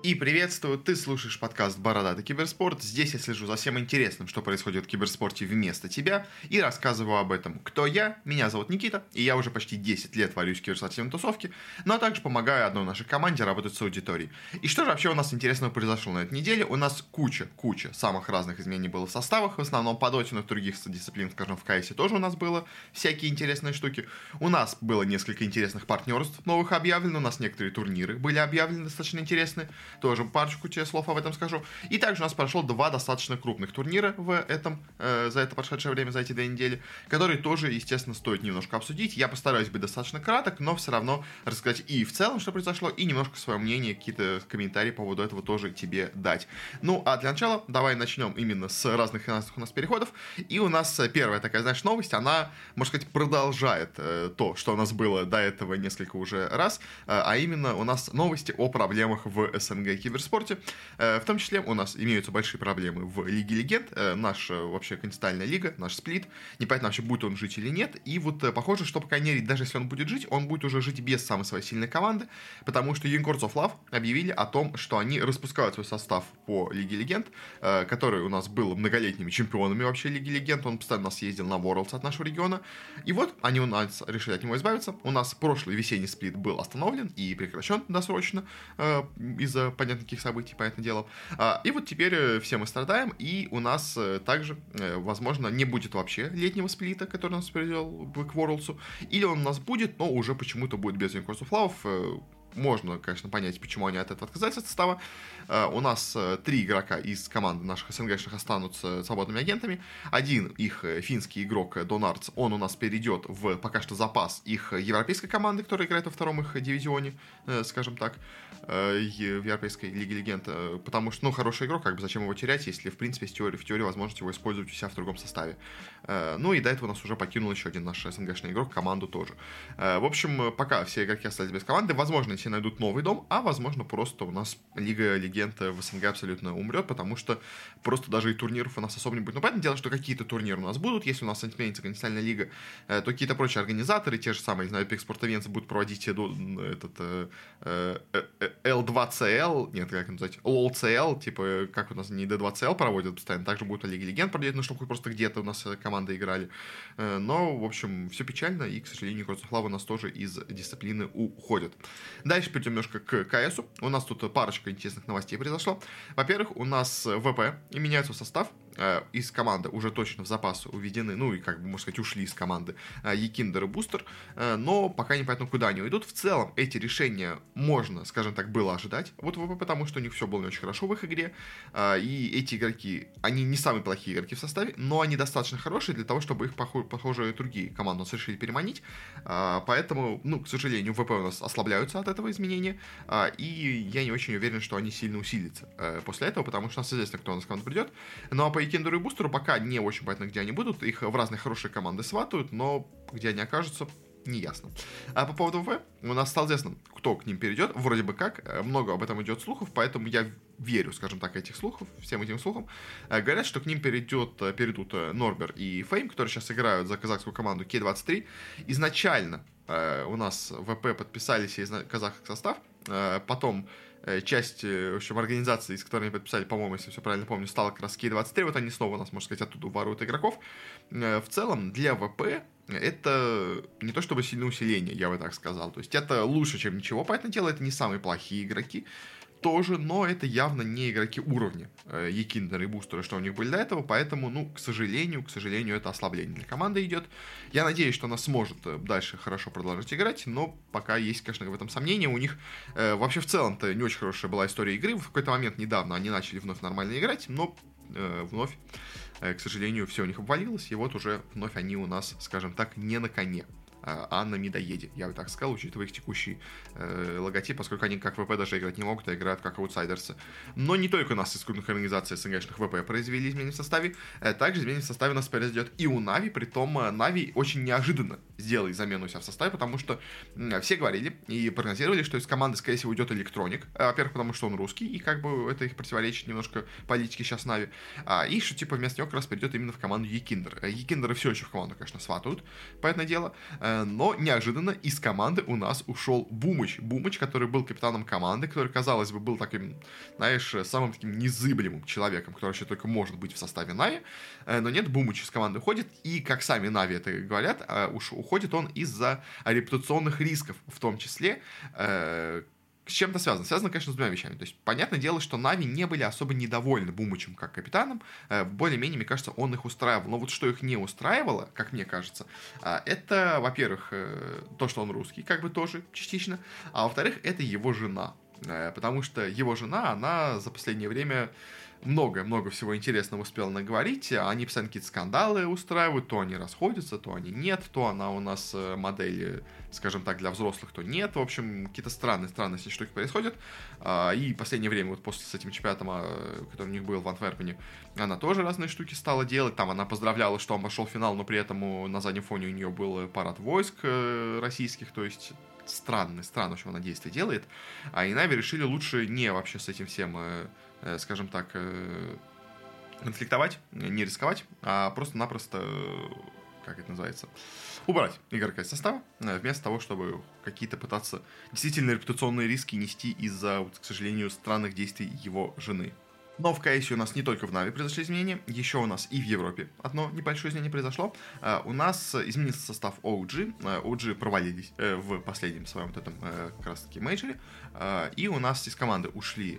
и приветствую, ты слушаешь подкаст «Бородатый киберспорт». Здесь я слежу за всем интересным, что происходит в киберспорте вместо тебя, и рассказываю об этом. Кто я? Меня зовут Никита, и я уже почти 10 лет варюсь в киберспортивной тусовке, но также помогаю одной нашей команде работать с аудиторией. И что же вообще у нас интересного произошло на этой неделе? У нас куча самых разных изменений было в составах, в основном по доте, но в других дисциплинах, скажем, в КСе тоже у нас было всякие интересные штуки. У нас было несколько интересных партнерств новых объявлено, у нас некоторые турниры были объявлены достаточно интересные. Тоже парочку тебе слов об этом скажу. И также у нас прошло 2 достаточно крупных турнира за это прошедшее время, за эти 2 недели, которые тоже, естественно, стоит немножко обсудить. Я постараюсь быть достаточно краток, но все равно рассказать и в целом, что произошло, и немножко свое мнение, какие-то комментарии по поводу этого тоже тебе дать. Ну, а для начала давай начнем именно с разных финансовых у нас переходов. И у нас первая такая, знаешь, новость, она, можно сказать, продолжает то, что у нас было до этого несколько уже раз, а именно у нас новости о проблемах в СНГ киберспорте. В том числе у нас имеются большие проблемы в Лиге Легенд. Наша вообще континентальная лига, наш сплит. Непонятно вообще, будет он жить или нет. И вот похоже, что, по крайней мере, даже если он будет жить, он будет уже жить без самой своей сильной команды, потому что Unicorns of Love объявили о том, что они распускают свой состав по Лиге Легенд, который у нас был многолетними чемпионами вообще Лиги Легенд. Он постоянно у нас ездил на Worlds от нашего региона. И вот они у нас решили от него избавиться. У нас прошлый весенний сплит был остановлен и прекращен досрочно из-за понятных каких событий, понятное дело. И вот теперь все мы страдаем, и у нас также, возможно, не будет вообще летнего сплита, который у нас привел к Worlds, или он у нас будет, но уже почему-то будет без Unicorns of Love. Можно, конечно, понять, почему они от этого отказались от состава. У нас 3 игрока из команды наших СНГшных останутся свободными агентами. Один их финский игрок Донардс, он у нас перейдет в пока что запас их европейской команды, которая играет во втором их дивизионе, скажем так, в Европейской Лиге Легенд. Потому что, хороший игрок, зачем его терять, если, в принципе, в теории возможность его использовать у себя в другом составе. И до этого у нас уже покинул еще один наш СНГшный игрок, команду тоже. В общем, пока все игроки остались без команды, возможно, если найдут новый дом, а возможно просто у нас Лига Легенд в СНГ абсолютно умрет, потому что просто даже и турниров у нас особо не будет. Понятное дело, что какие-то турниры у нас будут, если у нас изменится континентальная лига, то какие-то прочие организаторы, те же самые, не знаю, Epic Sport Events будут проводить L2CL, нет, как назвать, LOLCL, типа, как у нас не D2CL проводят постоянно, также будут Лиги Легенд проводить, чтобы просто где-то у нас команды играли. Но, в общем, все печально, и, к сожалению, Unicorns of Love у нас тоже из дисциплины уходят. Дальше перейдем немножко к КСу. У нас тут парочка интересных новостей произошло. Во-первых, у нас ВП и меняется состав. Из команды уже точно в запас уведены, можно сказать, ушли из команды Екиндер и Бустер, но пока непонятно, куда они уйдут. В целом, эти решения можно, скажем так, было ожидать вот ВП, потому что у них все было не очень хорошо в их игре, и эти игроки, они не самые плохие игроки в составе, но они достаточно хорошие для того, чтобы их, похоже, другие команды у нас решили переманить, поэтому, к сожалению, ВП у нас ослабляются от этого изменения, и я не очень уверен, что они сильно усилятся после этого, потому что у нас известно, кто у нас в команду придет. Ну а по Екиндеру и Бустеру пока не очень понятно, где они будут, их в разные хорошие команды сватают, но где они окажутся, не ясно. А по поводу ВП, у нас стало известно, кто к ним перейдет, вроде бы как, много об этом идет слухов, поэтому я верю, скажем так, всем этим слухам. Говорят, что к ним перейдут Норбер и Фейм, которые сейчас играют за казахскую команду К-23. Изначально у нас ВП подписались из казахских состав, потом часть, в общем, организации, с которой они подписали, по-моему, если все правильно помню, стала как раз К-23, вот они снова у нас, можно сказать, оттуда воруют игроков. В целом, для ВП это не то чтобы сильное усиление, я бы так сказал, то есть это лучше, чем ничего, поэтому дело, это не самые плохие игроки, тоже, но это явно не игроки уровня Екиндера и Бустера, что у них были до этого, поэтому, к сожалению, это ослабление для команды идет. Я надеюсь, что она сможет дальше хорошо продолжать играть, но пока есть, конечно, в этом сомнения. У них вообще в целом-то не очень хорошая была история игры. В какой-то момент недавно они начали вновь нормально играть, но вновь, к сожалению, все у них обвалилось, и вот уже вновь они у нас, скажем так, не на коне, а на медоеде, я бы так сказал, учитывая их текущий логотип, поскольку они как ВП даже играть не могут, а играют как аутсайдерсы. Но не только у нас из крупных организаций СНГшных ВП произвели изменения в составе, также изменения в составе у нас произойдет и у Нави, притом Нави очень неожиданно сделай замену у себя в составе, потому что все говорили и прогнозировали, что из команды, скорее всего, уйдет Электроник. Во-первых, потому что он русский, и как бы это их противоречит немножко политике сейчас Нави. И что, типа, вместо него как раз придет именно в команду Екиндер. Екиндеры все еще в команду, конечно, сватают, понятное дело, но неожиданно из команды у нас ушел Бумыч. Бумыч, который был капитаном команды, который, казалось бы, был таким, знаешь, самым таким незыблемым человеком, который вообще только может быть в составе Нави. Но нет, Бумыч из команды уходит, и, как сами Нави это говорят, уходит он из-за репутационных рисков, в том числе, с чем-то связано. Связано, конечно, с двумя вещами. То есть, понятное дело, что Нави не были особо недовольны Бумычем как капитаном. Более-менее, мне кажется, он их устраивал. Но вот что их не устраивало, как мне кажется, это, во-первых, то, что он русский, как бы тоже частично. А во-вторых, это его жена. Потому что его жена, она за последнее время много всего интересного успела наговорить. Они постоянно какие-то скандалы устраивают. То они расходятся, то они нет. То она у нас модель, скажем так, для взрослых, то нет. В общем, какие-то странные штуки происходят. И в последнее время, вот после с этим чемпионатом, который у них был в Антверпене, она тоже разные штуки стала делать. Там она поздравляла, что он вошел в финал, но при этом на заднем фоне у нее был парад войск российских. То есть странно, в общем, она действия делает. И Нави решили лучше не вообще с этим всем, скажем так, конфликтовать, не рисковать, а просто-напросто, как это называется, убрать игрока из состава, вместо того, чтобы какие-то пытаться действительно репутационные риски нести из-за, вот, к сожалению, странных действий его жены. Но в КС у нас не только в Нави произошли изменения, еще у нас и в Европе одно небольшое изменение произошло. У нас изменился состав OG. OG провалились в последнем своем вот этом как раз таки мейджоре. И у нас из команды ушли...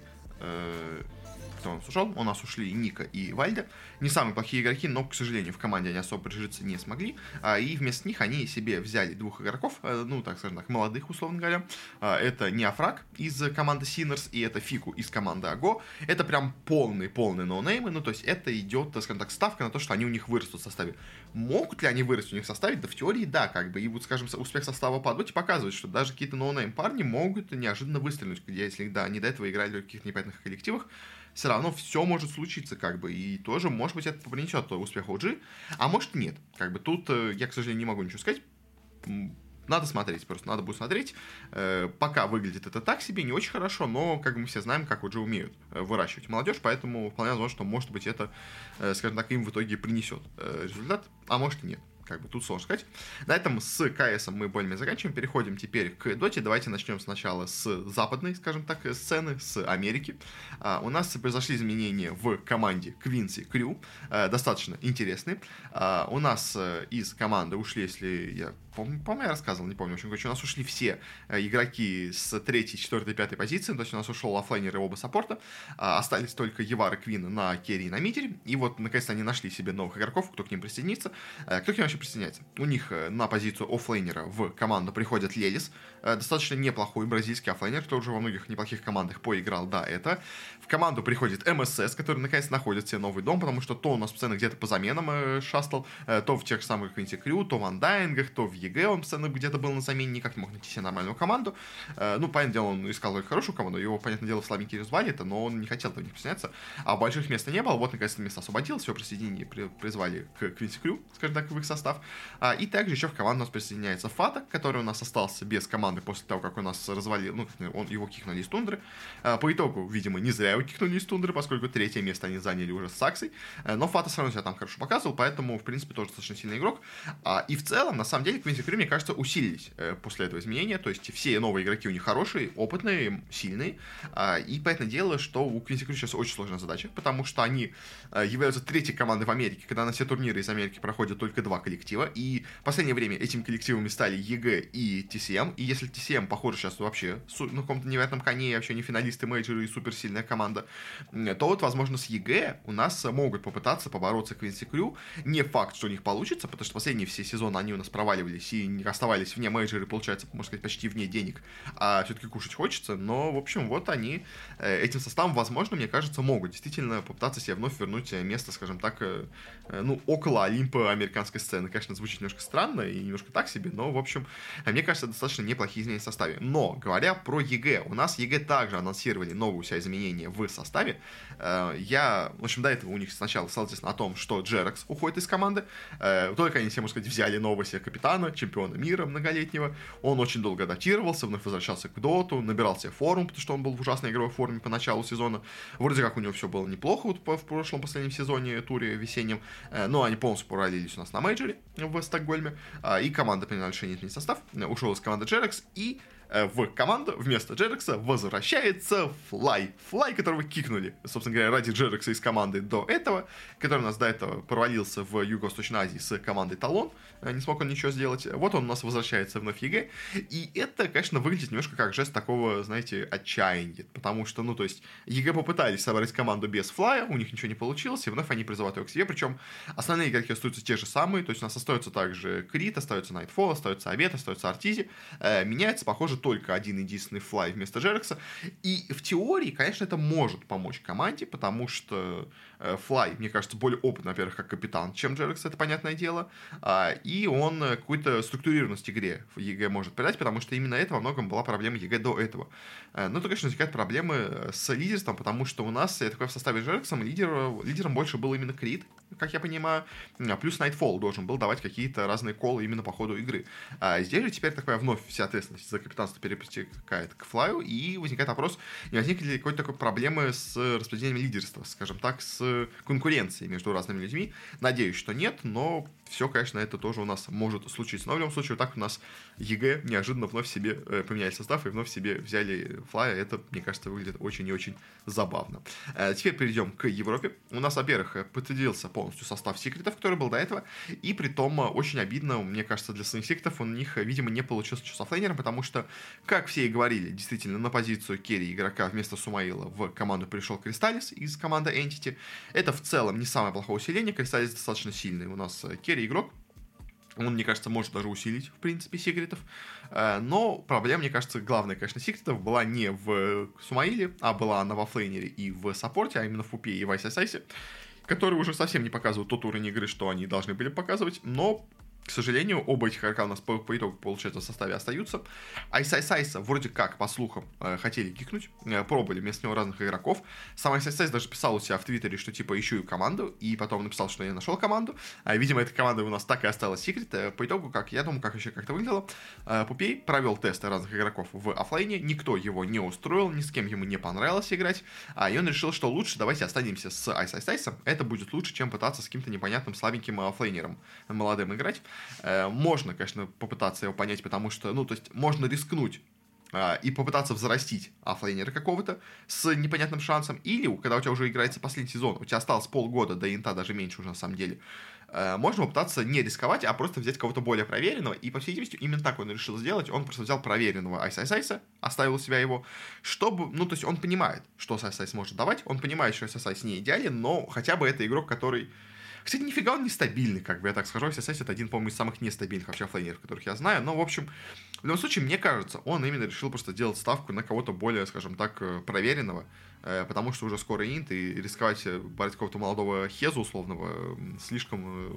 Кто у нас ушел? У нас ушли Ника и Вальда. Не самые плохие игроки, но, к сожалению, в команде они особо прижиться не смогли. И вместо них они себе взяли двух игроков, ну, так скажем так, молодых, условно говоря. Это Неофраг из команды Sinners и это Фику из команды Аго. Это прям полные ноунеймы, ну, то есть это идет, скажем так, ставка на то, что они у них вырастут в составе. Могут ли они вырасти у них в составе? Да в теории да, как бы. И вот, скажем, успех состава по Доте показывает, что даже какие-то ноунейм парни могут неожиданно выстрелить, если да, они до этого играли в каких-то непонятных коллективах. Все равно все может случиться, как бы, и тоже, может быть, это принесет успех OG, а может нет. Как бы тут я, к сожалению, не могу ничего сказать. Надо смотреть, просто надо будет смотреть. Пока выглядит это так себе, не очень хорошо, но, как мы все знаем, как OG умеют выращивать молодежь, поэтому вполне возможно, что, может быть, это, скажем так, им в итоге принесет результат, а может и нет. Как бы тут сложно сказать. На этом с КСом мы более-менее заканчиваем. Переходим теперь к Доте. Давайте начнем сначала с западной, скажем так, сцены, с Америки. У нас произошли изменения в команде Quincy Crew. Достаточно интересные. У нас из команды ушли, если я... По-моему, я рассказывал, не помню. В общем, короче, у нас ушли все игроки с 3-й, 4-й, 5-й позиции. То есть у нас ушел оффлейнер и оба саппорта. Остались только Евар и Квин на керри и на мидере. И вот, наконец-то, они нашли себе новых игроков, кто к ним присоединится. Кто к ним вообще присоединяется? У них на позицию оффлейнера в команду приходит Лелис. Достаточно неплохой бразильский оффлейнер, кто уже во многих неплохих командах поиграл до этого. В команду приходит МСС, который, наконец, находит себе новый дом, потому что то у нас постоянно где-то по заменам шастал, то в тех же самых Quincy Crew, то в Андайнгах, то в ЕГЭ он постоянно где-то был на замене, никак не мог найти себе нормальную команду. Ну, понятное дело, он искал только хорошую команду, его, понятное дело, в слабенькие звали это, но он не хотел в них присоединяться, а больших мест не было, вот, наконец-то место освободилось, все присоединили, призвали к Quincy Crew, скажем так, в их состав. И также еще в команду у нас присоединяется Фата, который у нас остался без команды после того, как у нас развалил, ну, его кикнули из Тундры. По итогу, видимо, не зря его кикнули из Тундры, поскольку третье место они заняли уже с Саксой, но Фата все равно себя там хорошо показывал, поэтому, в принципе, тоже достаточно сильный игрок. И в целом, на самом деле, Quincy Crew, мне кажется, усилились после этого изменения, то есть все новые игроки у них хорошие, опытные, сильные, и понятное дело, что у Quincy Crew сейчас очень сложная задача, потому что они являются третьей командой в Америке, когда на все турниры из Америки проходят только два коллектива, и в последнее время этими коллективами стали ЕГЭ и TCM, и если TCM, похоже, сейчас вообще на каком-то невероятном коне, вообще не финалисты мейджора и суперсильная команда, то вот, возможно, с ЕГЭ у нас могут попытаться побороться Quincy Crew. Не факт, что у них получится, потому что последние все сезоны они у нас проваливались и оставались вне мейджора, получается, можно сказать, почти вне денег, а все-таки кушать хочется, но, в общем, вот они этим составом, возможно, мне кажется, могут действительно попытаться себе вновь вернуть место, скажем так, ну, около Олимпа американской сцены перемены, конечно, звучит немножко странно и немножко так себе, но, в общем, мне кажется, достаточно неплохие изменения в составе. Но, говоря про ЕГЭ, у нас ЕГЭ также анонсировали новые у себя изменения в составе. В общем, до этого у них сначала, соответственно, о том, что Джерекс уходит из команды. Только они все, можно сказать, взяли нового себе капитана, чемпиона мира многолетнего. Он очень долго адаптировался, вновь возвращался к доту, набирал себе форму, потому что он был в ужасной игровой форме по началу сезона. Вроде как у него все было неплохо вот в прошлом последнем сезоне, туре весеннем. Но они полностью провалились у нас на мейджоре в Стокгольме. И команда приняла решение изменить состав. Ушел из команды Джерекс и в команду вместо Джерекса возвращается Флай. Флай, которого кикнули, собственно говоря, ради Джерекса из команды до этого, который у нас до этого провалился в Юго-Восточной Азии с командой Талон. Не смог он ничего сделать. Вот он у нас возвращается вновь в ЕГЭ. И это, конечно, выглядит немножко как жест такого, знаете, отчаяния. Потому что, то есть, ЕГЭ попытались собрать команду без Флая, у них ничего не получилось, и вновь они призывают его к себе. Причем основные игроки остаются те же самые. То есть у нас остается также Крит, остается Найтфол, остается Авет, остается Артизи. Меняется, похоже, только один единственный Флай вместо Джерекса. И в теории, конечно, это может помочь команде, потому что Флай, мне кажется, более опытный, во-первых, как капитан, чем Джерекс, это понятное дело. И он какую-то структурированность игре в ЕГЭ может придать, потому что именно это во многом была проблема ЕГЭ до этого. Но то, конечно, возникают проблемы с лидерством, потому что у нас, я такой в составе Джерексом, лидером больше был именно Крит, как я понимаю, плюс Найтфол должен был давать какие-то разные колы именно по ходу игры. Здесь же теперь такая вновь вся ответственность за капитанство перетекает к Флаю, и возникает вопрос, не возникли ли какой-то такой проблемы с распределением лидерства, скажем так, с конкуренцией между разными людьми. Надеюсь, что нет, но все, конечно, это тоже у нас может случиться. Но в любом случае, вот так у нас ЕГЭ неожиданно вновь себе поменяли состав и вновь себе взяли Флая. Это, мне кажется, выглядит очень и очень забавно. Теперь перейдем к Европе. У нас, во-первых, подтвердился полностью состав секретов, который был до этого, и при том очень обидно, мне кажется, для самих секретов у них, видимо, не получилось с оффлейнером, потому что, как все и говорили, действительно, на позицию керри игрока вместо Сумаила в команду пришел Кристаллис из команды Entity. Это в целом не самое плохое усиление, Кристаллис достаточно сильный у нас керри игрок. Он, мне кажется, может даже усилить, в принципе, секретов. Но проблема, мне кажется, главная, конечно, секретов была не в Сумаиле, а была она во флейнере и в саппорте, а именно в Пупе и в Айсайсайсе, которые уже совсем не показывают тот уровень игры, что они должны были показывать, но, к сожалению, оба этих игрока у нас по итогу, получается, в составе остаются. Айсайсайса вроде как, по слухам, хотели кикнуть, пробовали вместо него разных игроков. Сам Айсайсайс даже писал у себя в Твиттере, что типа ищу команду, и потом написал, что я нашел команду. Видимо, эта команда у нас так и осталась секрет. По итогу, как я думаю, как еще как-то выглядело, Пупей провел тесты разных игроков в оффлейне, никто его не устроил, ни с кем ему не понравилось играть, и он решил, что лучше давайте останемся с Айсайсайсом, это будет лучше, чем пытаться с каким-то непонятным слабеньким оффлейнером молодым играть. Можно, конечно, попытаться его понять, потому что, то есть, можно рискнуть и попытаться взрастить оффлейнера какого-то с непонятным шансом, или, когда у тебя уже играется последний сезон, у тебя осталось полгода до инта, даже меньше уже на самом деле, можно попытаться не рисковать, а просто взять кого-то более проверенного, и, по всей видимости, именно так он решил сделать, он просто взял проверенного Айсайсайса, оставил у себя его, чтобы, то есть, он понимает, что Айсайсайс может давать, он понимает, что Айсайсайс не идеален, но хотя бы это игрок, который... Кстати, нифига он нестабильный, как бы я так скажу. Айсайсайс это один, по-моему, из самых нестабильных вообще оффлейнеров, которых я знаю. Но, в общем, в любом случае, мне кажется, он именно решил просто сделать ставку на кого-то более, скажем так, проверенного, потому что уже скоро инт, и рисковать брать какого-то молодого Хезу условного слишком...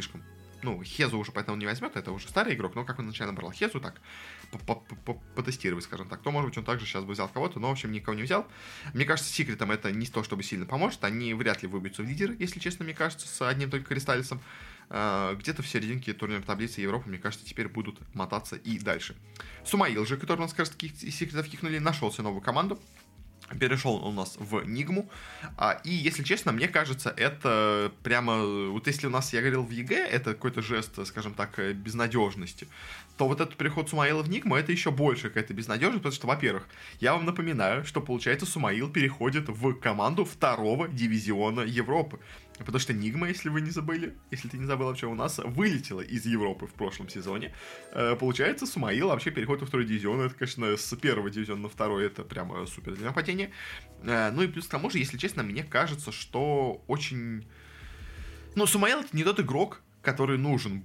Хезу уже поэтому не возьмет, это уже старый игрок, но как он изначально брал Хезу, так, потестировать, скажем так, то, может быть, он также сейчас бы взял кого-то, но, в общем, никого не взял. Мне кажется, секретам это не то, чтобы сильно поможет, они вряд ли выбьются в лидеры, если честно, мне кажется, с одним только Кристаллисом. Где-то в серединке турнирной таблицы Европы, мне кажется, теперь будут мотаться и дальше. Сумаил же, который у нас, кажется, из секретов кикнули, нашел себе новую команду. Перешел он у нас в Нигму. И, если честно, мне кажется, это прямо... Вот если у нас, я говорил, в ЕГЭ, это какой-то жест, скажем так, безнадежности, то вот этот переход Сумаила в Нигму, это еще больше какая-то безнадежность, потому что, во-первых, я вам напоминаю, что, получается, Сумаил переходит в команду второго дивизиона Европы. Потому что Нигма, если вы не забыли, если ты не забыл вообще, у нас вылетела из Европы в прошлом сезоне. Получается, Сумаил вообще переходит во второй дивизион. Это, конечно, с первого дивизиона на второй, это прямо супер для падения. Ну и плюс к тому же, если честно, мне кажется, что очень... Сумаил это не тот игрок, который нужен был,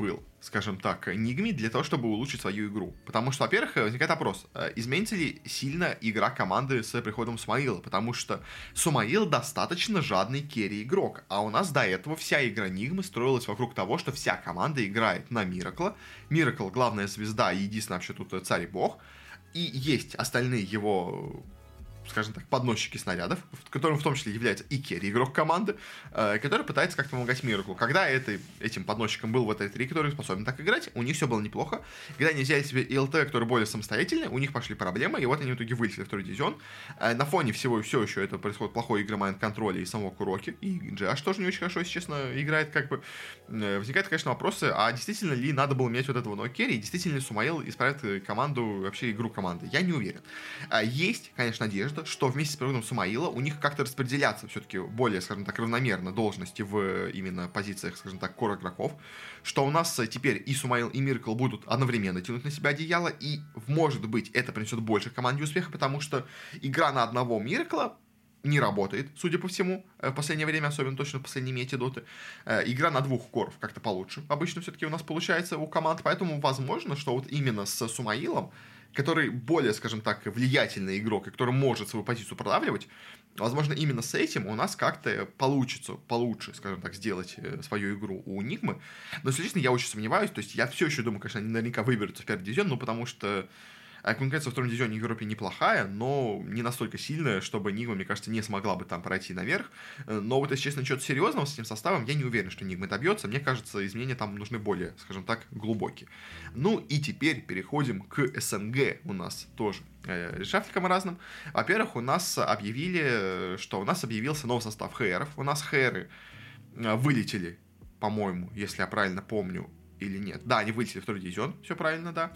скажем так, Нигме для того, чтобы улучшить свою игру. Потому что, во-первых, возникает вопрос, изменится ли сильно игра команды с приходом Сумаила? Потому что Сумаил достаточно жадный керри-игрок, а у нас до этого вся игра Нигмы строилась вокруг того, что вся команда играет на Миракла. Миракл — главная звезда и единственный вообще тут царь и бог. И есть остальные его, скажем так, подносчики снарядов, которым в том числе является и керри, игрок команды, который пытается как-то помогать Мираклу. Когда этим подносчиком был вот этот 3, который способен так играть, у них все было неплохо. Когда они взяли себе ИЛТ, который более самостоятельный, у них пошли проблемы, и вот они в итоге вылетели в второй дивизион. На фоне всего и все еще это происходит плохой игры майнд-контроля и самого Куроки, и Джаш тоже не очень хорошо, если честно, играет, как бы. Возникают, конечно, вопросы, а действительно ли надо было менять вот этого керри, и действительно ли Сумаил исправит команду, вообще игру команды? Я не уверен. Есть, конечно, надежда, что вместе с приходом Сумаила у них как-то распределяться все-таки более, скажем так, равномерно должности в именно позициях, скажем так, кор игроков, что у нас теперь и Сумаил, и Миракл будут одновременно тянуть на себя одеяло, и, может быть, это принесет больше команде успеха, потому что игра на одного Миракла не работает, судя по всему, в последнее время, особенно точно в последние мете доты. Игра на двух коров как-то получше обычно все-таки у нас получается у команд, поэтому возможно, что вот именно с Сумаилом, который более, скажем так, влиятельный игрок, и который может свою позицию продавливать, возможно, именно с этим у нас как-то получится получше, скажем так, сделать свою игру у Нигмы. Но, если честно, я очень сомневаюсь. То есть я все еще думаю, конечно, они наверняка выберутся в первый дивизион, ну, потому что конкуренция во втором дивизионе в Европе неплохая, но не настолько сильная, чтобы Нигма, мне кажется, не смогла бы там пройти наверх. Но вот, если честно, что-то серьезного с этим составом, я не уверен, что Нигма добьется. Мне кажется, изменения там нужны более, скажем так, глубокие. Ну и теперь переходим к СНГ. У нас тоже решафликам разным. Во-первых, у нас объявили, что у нас объявился новый состав ХРов. У нас ХРы вылетели, по-моему, если я правильно помню, или нет. Да, они вылетели в второй дивизион, все правильно, да.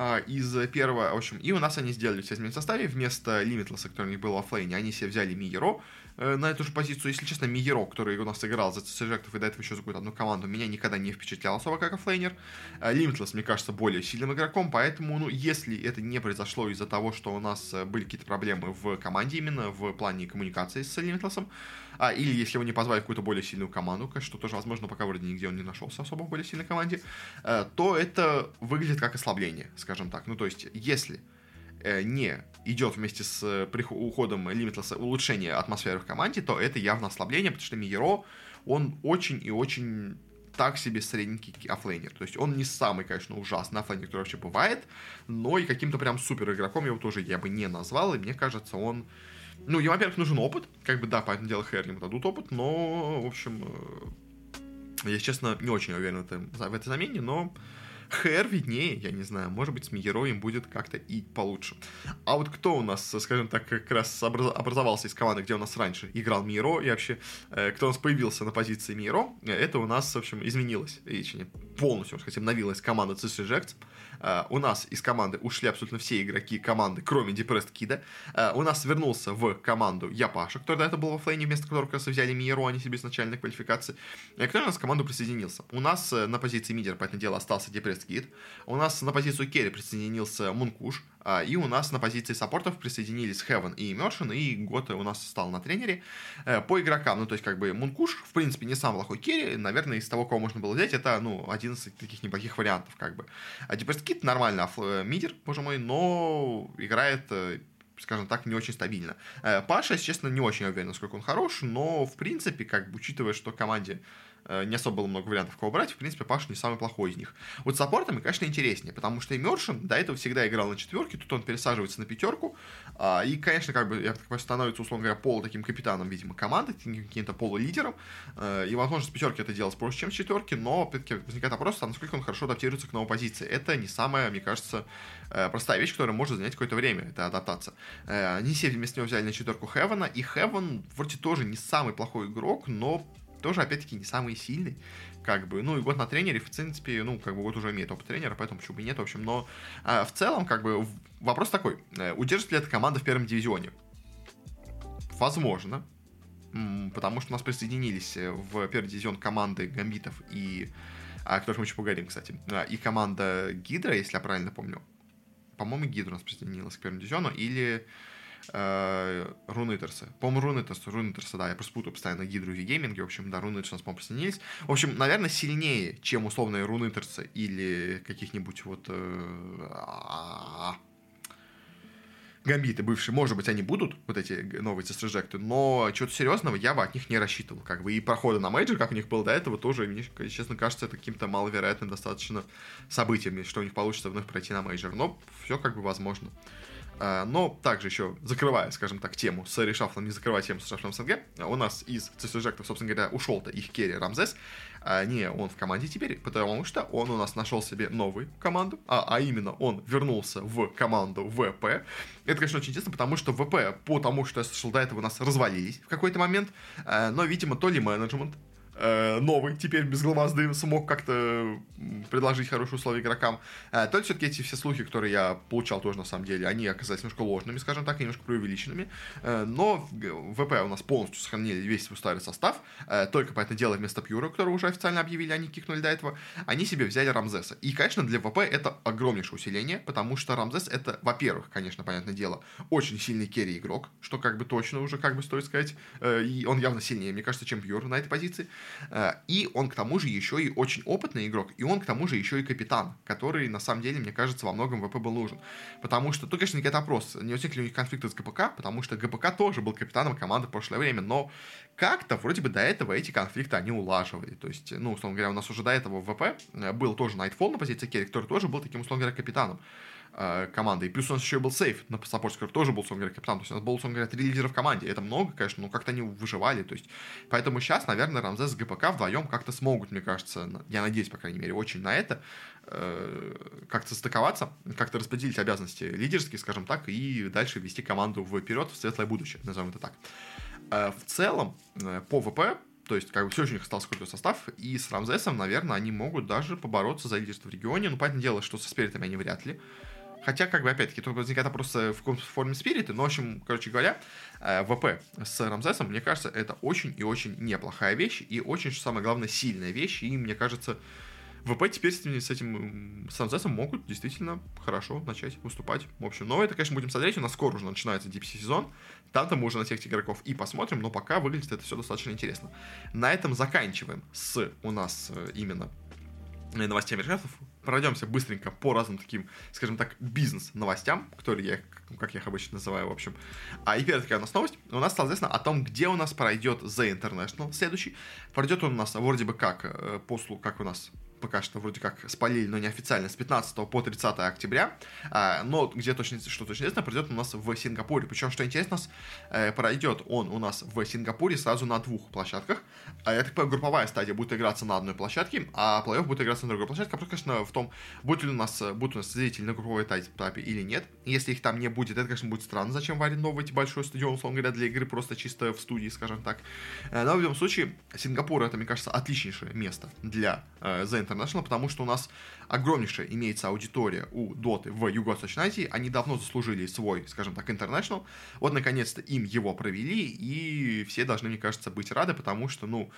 Из первого, в общем, и у нас они сделали все изменения в составе. Вместо Лимитлесса, который у них был в оффлейне, они себе взяли Миеро на эту же позицию. Если честно, Миеро, который у нас играл за Цежектов и до этого еще за какую-то одну команду, меня никогда не впечатлял особо как оффлейнер. Лимитлесс, мне кажется, более сильным игроком, поэтому, ну, если это не произошло из-за того, что у нас были какие-то проблемы в команде именно в плане коммуникации с Лимитлессом, или если его не позвали в какую-то более сильную команду, что тоже возможно, пока вроде нигде он не нашелся особо в более сильной команде, то это выглядит как ослабление, скажем так. Ну, то есть, если не идет вместе с уходом Limitless улучшение атмосферы в команде, то это явно ослабление, потому что Миеро, он очень и очень так себе средненький оффлейнер. То есть он не самый, конечно, ужасный оффлейнер, который вообще бывает, но и каким-то прям супер игроком его тоже я бы не назвал, и мне кажется, он... Ну, ему, во-первых, нужен опыт, как бы, да, по этому делу ХР ему дадут опыт, но, в общем, я, честно, не очень уверен в этой замене, но ХР виднее, я не знаю, может быть, с Миеро им будет как-то и получше. А вот кто у нас, скажем так, как раз образовался из команды, где у нас раньше играл Миеро, и вообще, кто у нас появился на позиции Миеро, это у нас, в общем, изменилось, и полностью, можно сказать, обновилась команда CS Rejects. У нас из команды ушли абсолютно все игроки команды, кроме Depressed Kid. У нас вернулся в команду Япаша, который до этого был в оффлейне, вместо которого как раз взяли Миеро, они себе с начальной квалификации, который у нас в команду присоединился. У нас на позиции мидера, по этому делу, остался Depressed Kid. У нас на позицию керри присоединился Мункуш. И у нас на позиции саппортов присоединились Heaven и Immersion, и Гота у нас стал на тренере. По игрокам, ну, то есть, как бы, Мункуш, в принципе, не самый плохой керри, наверное, из того, кого можно было взять, это, ну, один из таких неплохих вариантов, как бы. Depressed Kid нормально мидер, боже мой, но играет, скажем так, не очень стабильно. Паша, если честно, не очень уверен, насколько он хорош, но, в принципе, как бы, учитывая, что команде не особо было много вариантов, кого брать, в принципе, Паша не самый плохой из них. Вот с саппортами, конечно, интереснее, потому что Immersion до этого всегда играл на четверке, тут он пересаживается на пятерку, и, конечно, как бы, я так понимаю, становится, условно говоря, таким капитаном, видимо, команды, каким-то полулидером, и, возможно, с пятерки это делать проще, чем с четверки, но, опять-таки, возникает вопрос, насколько он хорошо адаптируется к новой позиции. Это не самая, мне кажется, простая вещь, которая может занять какое-то время, это адаптация. Они все вместо него взяли на четверку Хевена, и Хевен вроде тоже не самый плохой игрок, но тоже, опять-таки, не самый сильный, как бы, ну, и год на тренере, в принципе, ну, как бы, год уже имеет опыт тренера, поэтому почему бы и нет, в общем, но в целом, как бы, вопрос такой, удержит ли эта команда в первом дивизионе? Возможно, потому что у нас присоединились в первый дивизион команды Гамбитов и, о которых мы еще поговорим, кстати, и команда Гидра, если я правильно помню, по-моему, Гидра у нас присоединилась к первому дивизиону, или... Рунетерсы. По-моему, Рунетерсы, да, я просто путаю постоянно Гидру и Гейминги. В общем, да, Рунетерсы у нас, по-моему, присоединились. В общем, наверное, сильнее, чем условные Рунетерсы или каких-нибудь вот Гамбиты бывшие, может быть, они будут, вот эти новые цистрежекты, но чего-то серьезного я бы от них не рассчитывал. Как бы и проходы на мейджор, как у них было до этого, тоже, мне, честно, кажется, это каким-то маловероятным достаточно событием, что у них получится вновь пройти на мейджор. Но все как бы возможно. Но также еще, закрывая, скажем так, тему с решафлом, не закрывая тему с решафлом СНГ, у нас из цистрежектов, собственно говоря, ушел-то их керри Рамзес. Не он в команде теперь, потому что он у нас нашел себе новую команду, а именно он вернулся в команду ВП. Это, конечно, очень интересно, потому что ВП, по тому, что я слышал до этого, у нас развалились в какой-то момент, но, видимо, то ли менеджмент новый, теперь без главозды, смог как-то предложить хорошие условия игрокам. То есть все-таки эти все слухи, которые я получал тоже на самом деле, они оказались немножко ложными, скажем так, немножко преувеличенными. Но в ВП у нас полностью сохранили весь свой старый состав. Только, понятное дело, вместо Пьюра, которого уже официально объявили, они кикнули до этого, они себе взяли Рамзеса. И, конечно, для ВП это огромнейшее усиление, потому что Рамзес это, во-первых, конечно, понятное дело, очень сильный керри-игрок, что как бы точно уже, как бы стоит сказать, и он явно сильнее, мне кажется, чем Пьюр на этой позиции. И он, к тому же, еще и очень опытный игрок, и он, к тому же, еще и капитан, который, на самом деле, мне кажется, во многом ВП был нужен. Потому что, тут, конечно, не какой-то опрос, не возникли ли у них конфликты с ГПК, потому что ГПК тоже был капитаном команды в прошлое время, но как-то, вроде бы, до этого эти конфликты они улаживали. То есть, ну, условно говоря, у нас уже до этого в ВП был тоже Nightfall на позиции керри, который тоже был таким, условно говоря, капитаном команды. И плюс у нас еще и был Сейф на саппорте, который тоже был, условно говоря, капитан. То есть у нас было, условно говоря, 3 лидера в команде. Это много, конечно, но как-то они выживали. То есть, поэтому сейчас, наверное, Рамзес с ГПК вдвоем как-то смогут, мне кажется, я надеюсь, по крайней мере, очень на это, как-то стыковаться, как-то распределить обязанности лидерские, скажем так, и дальше вести команду вперед в светлое будущее, назовем это так. В целом, по ВП, то есть, как бы, все, у них остался крутой состав, и с Рамзесом, наверное, они могут даже побороться за лидерство в регионе. Ну, понятное дело, что со спиритами они вряд ли. Хотя, как бы, опять-таки, тут возникает вопрос в каком-то форме спириты, но, в общем, короче говоря, ВП с Рамзесом, мне кажется, это очень и очень неплохая вещь, и очень, что самое главное, сильная вещь, и, мне кажется, ВП теперь с этим с Рамзесом могут действительно хорошо начать выступать. В общем, но это, конечно, будем смотреть, у нас скоро уже начинается DPC сезон, там-то мы уже на всех этих игроков и посмотрим, но пока выглядит это все достаточно интересно. На этом заканчиваем с у нас именно новостями решафлов. Пройдемся быстренько по разным таким, скажем так, бизнес-новостям, которые я, как я их обычно называю, в общем. И первая такая у нас новость. У нас, соответственно, о том, где у нас пройдет The International следующий. Пройдет он у нас вроде бы как, как у нас пока что вроде как спалили, но неофициально, с 15 по 30 октября. Но где точно, что точно известно, пройдет у нас в Сингапуре. Причем, что интересно, пройдет он у нас в Сингапуре сразу на 2 площадках. Я так понимаю, групповая стадия будет играться на одной площадке, а плей-офф будет играться на другой площадке. Вопрос, конечно, в том, будут у нас зрители на групповой этапе или нет. Если их там не будет, это, конечно, будет странно. Зачем вы арендовываете большой стадион, условно говоря, для игры просто чисто в студии, скажем так. Но в любом случае, Сингапур — это, мне кажется, отличнейшее место для The International, потому что у нас огромнейшая имеется аудитория у Доты в Юго-Восточной Азии. Они давно заслужили свой, скажем так, International. Вот, наконец-то, им его провели, и все должны, мне кажется, быть рады, потому что, ну,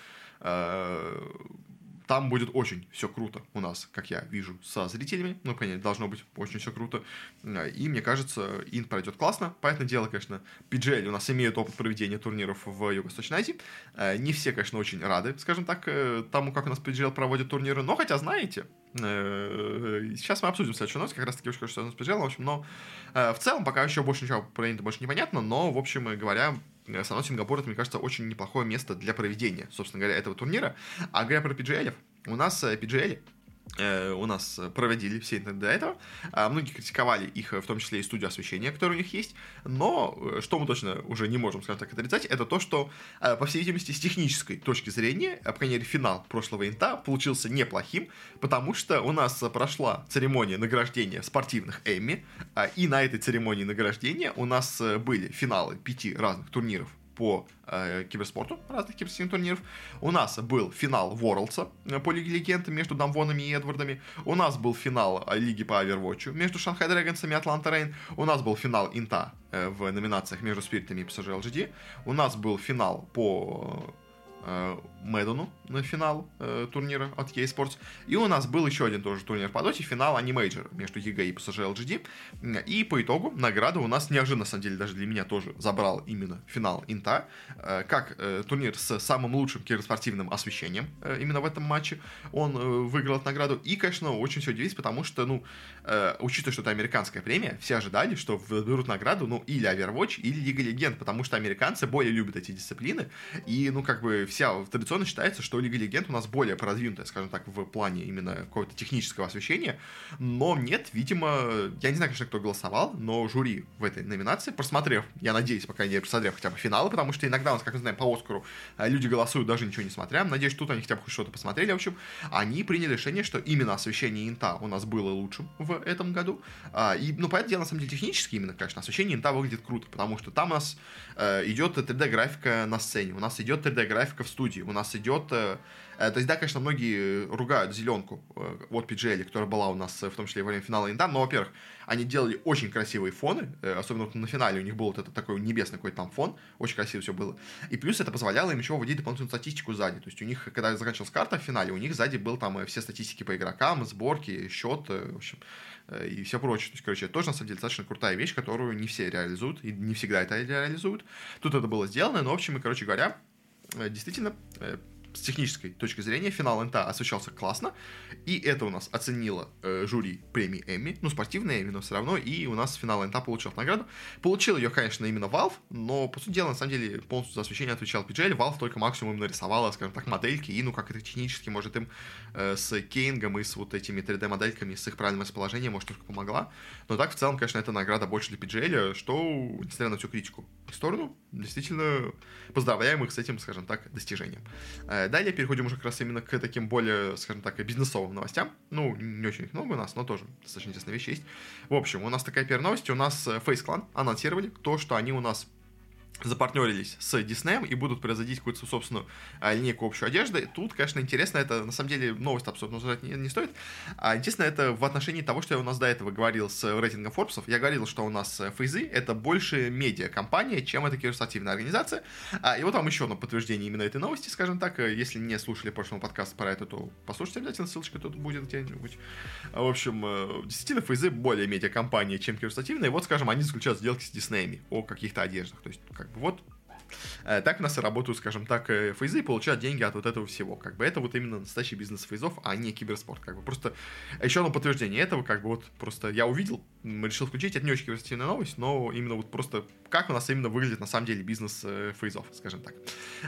там будет очень все круто у нас, как я вижу, со зрителями. Ну, конечно, должно быть очень все круто. И, мне кажется, Инт пройдет классно. Понятное дело, конечно, PGL у нас имеют опыт проведения турниров в Юго-Восточной Азии. Не все, конечно, очень рады, скажем так, тому, как у нас PGL проводит турниры. Но, хотя, знаете, сейчас мы обсудим следующую новость, как раз-таки очень хорошо связано с PGL, в общем, но в целом пока еще больше ничего про Инт больше непонятно, но, в общем говоря, все равно Сингапур, это, мне кажется, очень неплохое место для проведения, собственно говоря, этого турнира. А говоря про PGL, у нас PGL у нас проводили все это до этого. Многие критиковали их, в том числе и студию освещения, которая у них есть. Но что мы точно уже не можем, скажем так, отрицать, это то, что, по всей видимости, с технической точки зрения, по крайней мере, финал прошлого Инта получился неплохим, потому что у нас прошла церемония награждения спортивных Эмми, и на этой церемонии награждения у нас были финалы 5 разных турниров по киберспорту, разных киберспортивных турниров. У нас был финал Ворлдса по Лиге Легенд между Дамвонами и Эдвардами. У нас был финал Лиги по Овервотчу между Шанхай Дрэгонсами и Атланта Рейн. У нас был финал Инта в номинациях между Спиритами и PSG LGD. У нас был финал по Мэддону на финал турнира от EA Sports. И у нас был еще один тоже турнир по доте, финал Animajor между ЕГЭ и PSG LGD. И по итогу награда у нас неожиданно, на самом деле, даже для меня тоже забрал именно финал Инта, как турнир с самым лучшим киберспортивным освещением именно в этом матче. Он выиграл эту награду. И, конечно, очень все удивились, потому что, учитывая, что это американская премия, все ожидали, что берут награду, или Overwatch, или Лига Легенд, потому что американцы более любят эти дисциплины. И, традиционно считается, что Лига Легенд у нас более продвинутая, скажем так, в плане именно какого-то технического освещения. Но нет, видимо, я не знаю, конечно, кто голосовал, но жюри в этой номинации, просмотрев, я надеюсь, по крайней мере, просмотрев хотя бы финалы, потому что иногда у нас, как мы знаем, по Оскару люди голосуют даже ничего не смотря. Надеюсь, тут они хотя бы хоть что-то посмотрели. В общем, они приняли решение, что именно освещение Инта у нас было лучшим в этом году. Понятное дело, на самом деле, технически именно, конечно, освещение Инта выглядит круто, потому что там у нас идет 3D-графика на сцене, у нас идет 3D-графика в студии, у нас идет... То есть, да, конечно, многие ругают зеленку от PGL, которая была у нас, в том числе, во время финала Инта, но, во-первых, они делали очень красивые фоны, особенно на финале у них был вот этот такой небесный какой-то там фон, очень красиво все было. И плюс это позволяло им еще вводить дополнительную статистику сзади. То есть у них, когда заканчивалась карта в финале, у них сзади был там все статистики по игрокам, сборки, счет, в общем, и все прочее. То есть, короче, это тоже, на самом деле, достаточно крутая вещь, которую не все реализуют, и не всегда это реализуют. Тут это было сделано, но, в общем, и, короче говоря, действительно... С технической точки зрения финал Инта освещался классно, и это у нас оценило жюри премии Эмми, спортивная Эмми, но все равно, и у нас финал Инта получил награду. Получил ее, конечно, именно Valve, но, по сути дела, на самом деле, полностью за освещение отвечал PGL, Valve только максимум нарисовала, скажем так, модельки, и, как это технически, может, им с кейингом и с вот этими 3D-модельками, с их правильным расположением, может, только помогла. Но так, в целом, конечно, эта награда больше для PGL, что, несмотря на всю критику в сторону, действительно поздравляем их с этим, скажем так, достижением. Далее переходим уже как раз именно к таким более, скажем так, бизнесовым новостям. Не очень их много у нас, но тоже достаточно интересные вещи есть. В общем, у нас такая первая новость. У нас FaZe Clan анонсировали то, что они у нас запартнерились с Disney и будут производить какую-то собственную линейку общей одежды. Тут, конечно, интересно, это на самом деле новость абсолютно обсуждать не стоит. Интересно это в отношении того, что я у нас до этого говорил с рейтингом Forbes. Я говорил, что у нас FaZe это больше медиа-компания, чем это киберспортивная организация. И вот вам еще одно подтверждение именно этой новости, скажем так. Если не слушали прошлый подкаст про это, то послушайте обязательно, ссылочка тут будет где-нибудь. В общем, действительно, FaZe более медиа-компания, чем киберспортивная. И вот, скажем, они заключают сделки с Диснеями о каких-то одеждах. То есть, вот так у нас и работают, скажем так, фейзы и получают деньги от вот этого всего. Это вот именно настоящий бизнес фейзов, а не киберспорт. Просто еще одно подтверждение этого, просто я увидел, решил включить, это не очень киберспортивная новость, но именно вот просто как у нас именно выглядит на самом деле бизнес фейзов, скажем так.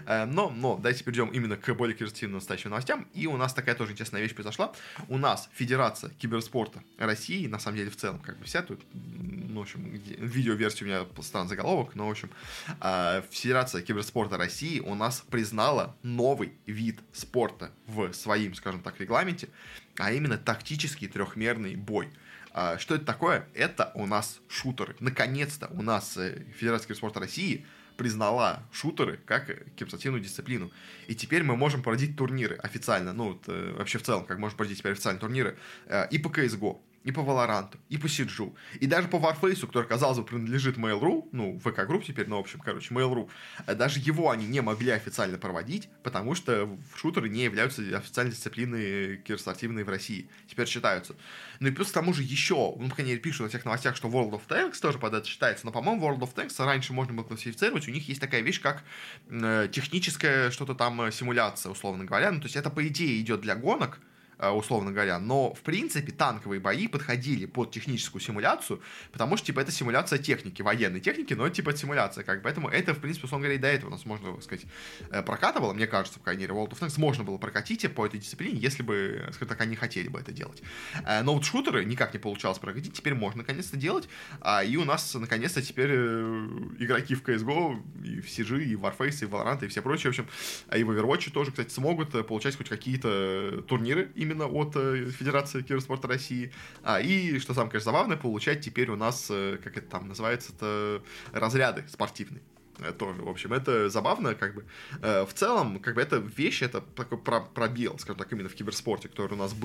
Но давайте перейдем именно к более киберспортивным настоящим новостям. И у нас такая тоже интересная вещь произошла. У нас Федерация киберспорта России, на самом деле в целом, вся тут, в общем, видеоверсия у меня странный заголовок, но, в общем, Федерация киберспорта России у нас признала новый вид спорта в своем, скажем так, регламенте, а именно тактический трехмерный бой. Что это такое? Это у нас шутеры. Наконец-то у нас Федерация киберспорта России признала шутеры как киберспортивную дисциплину. И теперь мы можем проводить турниры официально, вообще в целом, как можем проводить теперь официальные турниры и по CSGO, и по Valorant, и по Сиджу, и даже по Warface, который, казалось бы, принадлежит Mail.ru, ВК-групп теперь, в общем, Mail.ru, даже его они не могли официально проводить, потому что шутеры не являются официальной дисциплиной киберспортивной в России, теперь считаются. И плюс к тому же еще, по крайней мере, пишут на всех новостях, что World of Tanks тоже под это считается, но, по-моему, World of Tanks раньше можно было классифицировать, у них есть такая вещь, как техническая что-то там симуляция, условно говоря, то есть это, по идее, идет для гонок, условно говоря, но, в принципе, танковые бои подходили под техническую симуляцию, потому что, это симуляция техники, военной техники, но, это симуляция, поэтому это, в принципе, условно говоря, и до этого у нас, можно сказать, прокатывало, мне кажется, по крайней мере, World of Tanks можно было прокатить по этой дисциплине, если бы, скажем так, они хотели бы это делать. Но вот шутеры никак не получалось прокатить, теперь можно, наконец-то, делать, и у нас, наконец-то, теперь игроки в CSGO, и в CG, и в Warface, и в Valorant, и все прочее, в общем, и в Overwatch тоже, кстати, смогут получать хоть какие-то турниры, именно от Федерации киберспорта России. И, что самое, конечно, забавное, получать теперь у нас, как это там называется, это разряды спортивные. Тоже, в общем, это забавно, В целом, это вещь, это такой пробел, скажем так, именно в киберспорте, который у нас был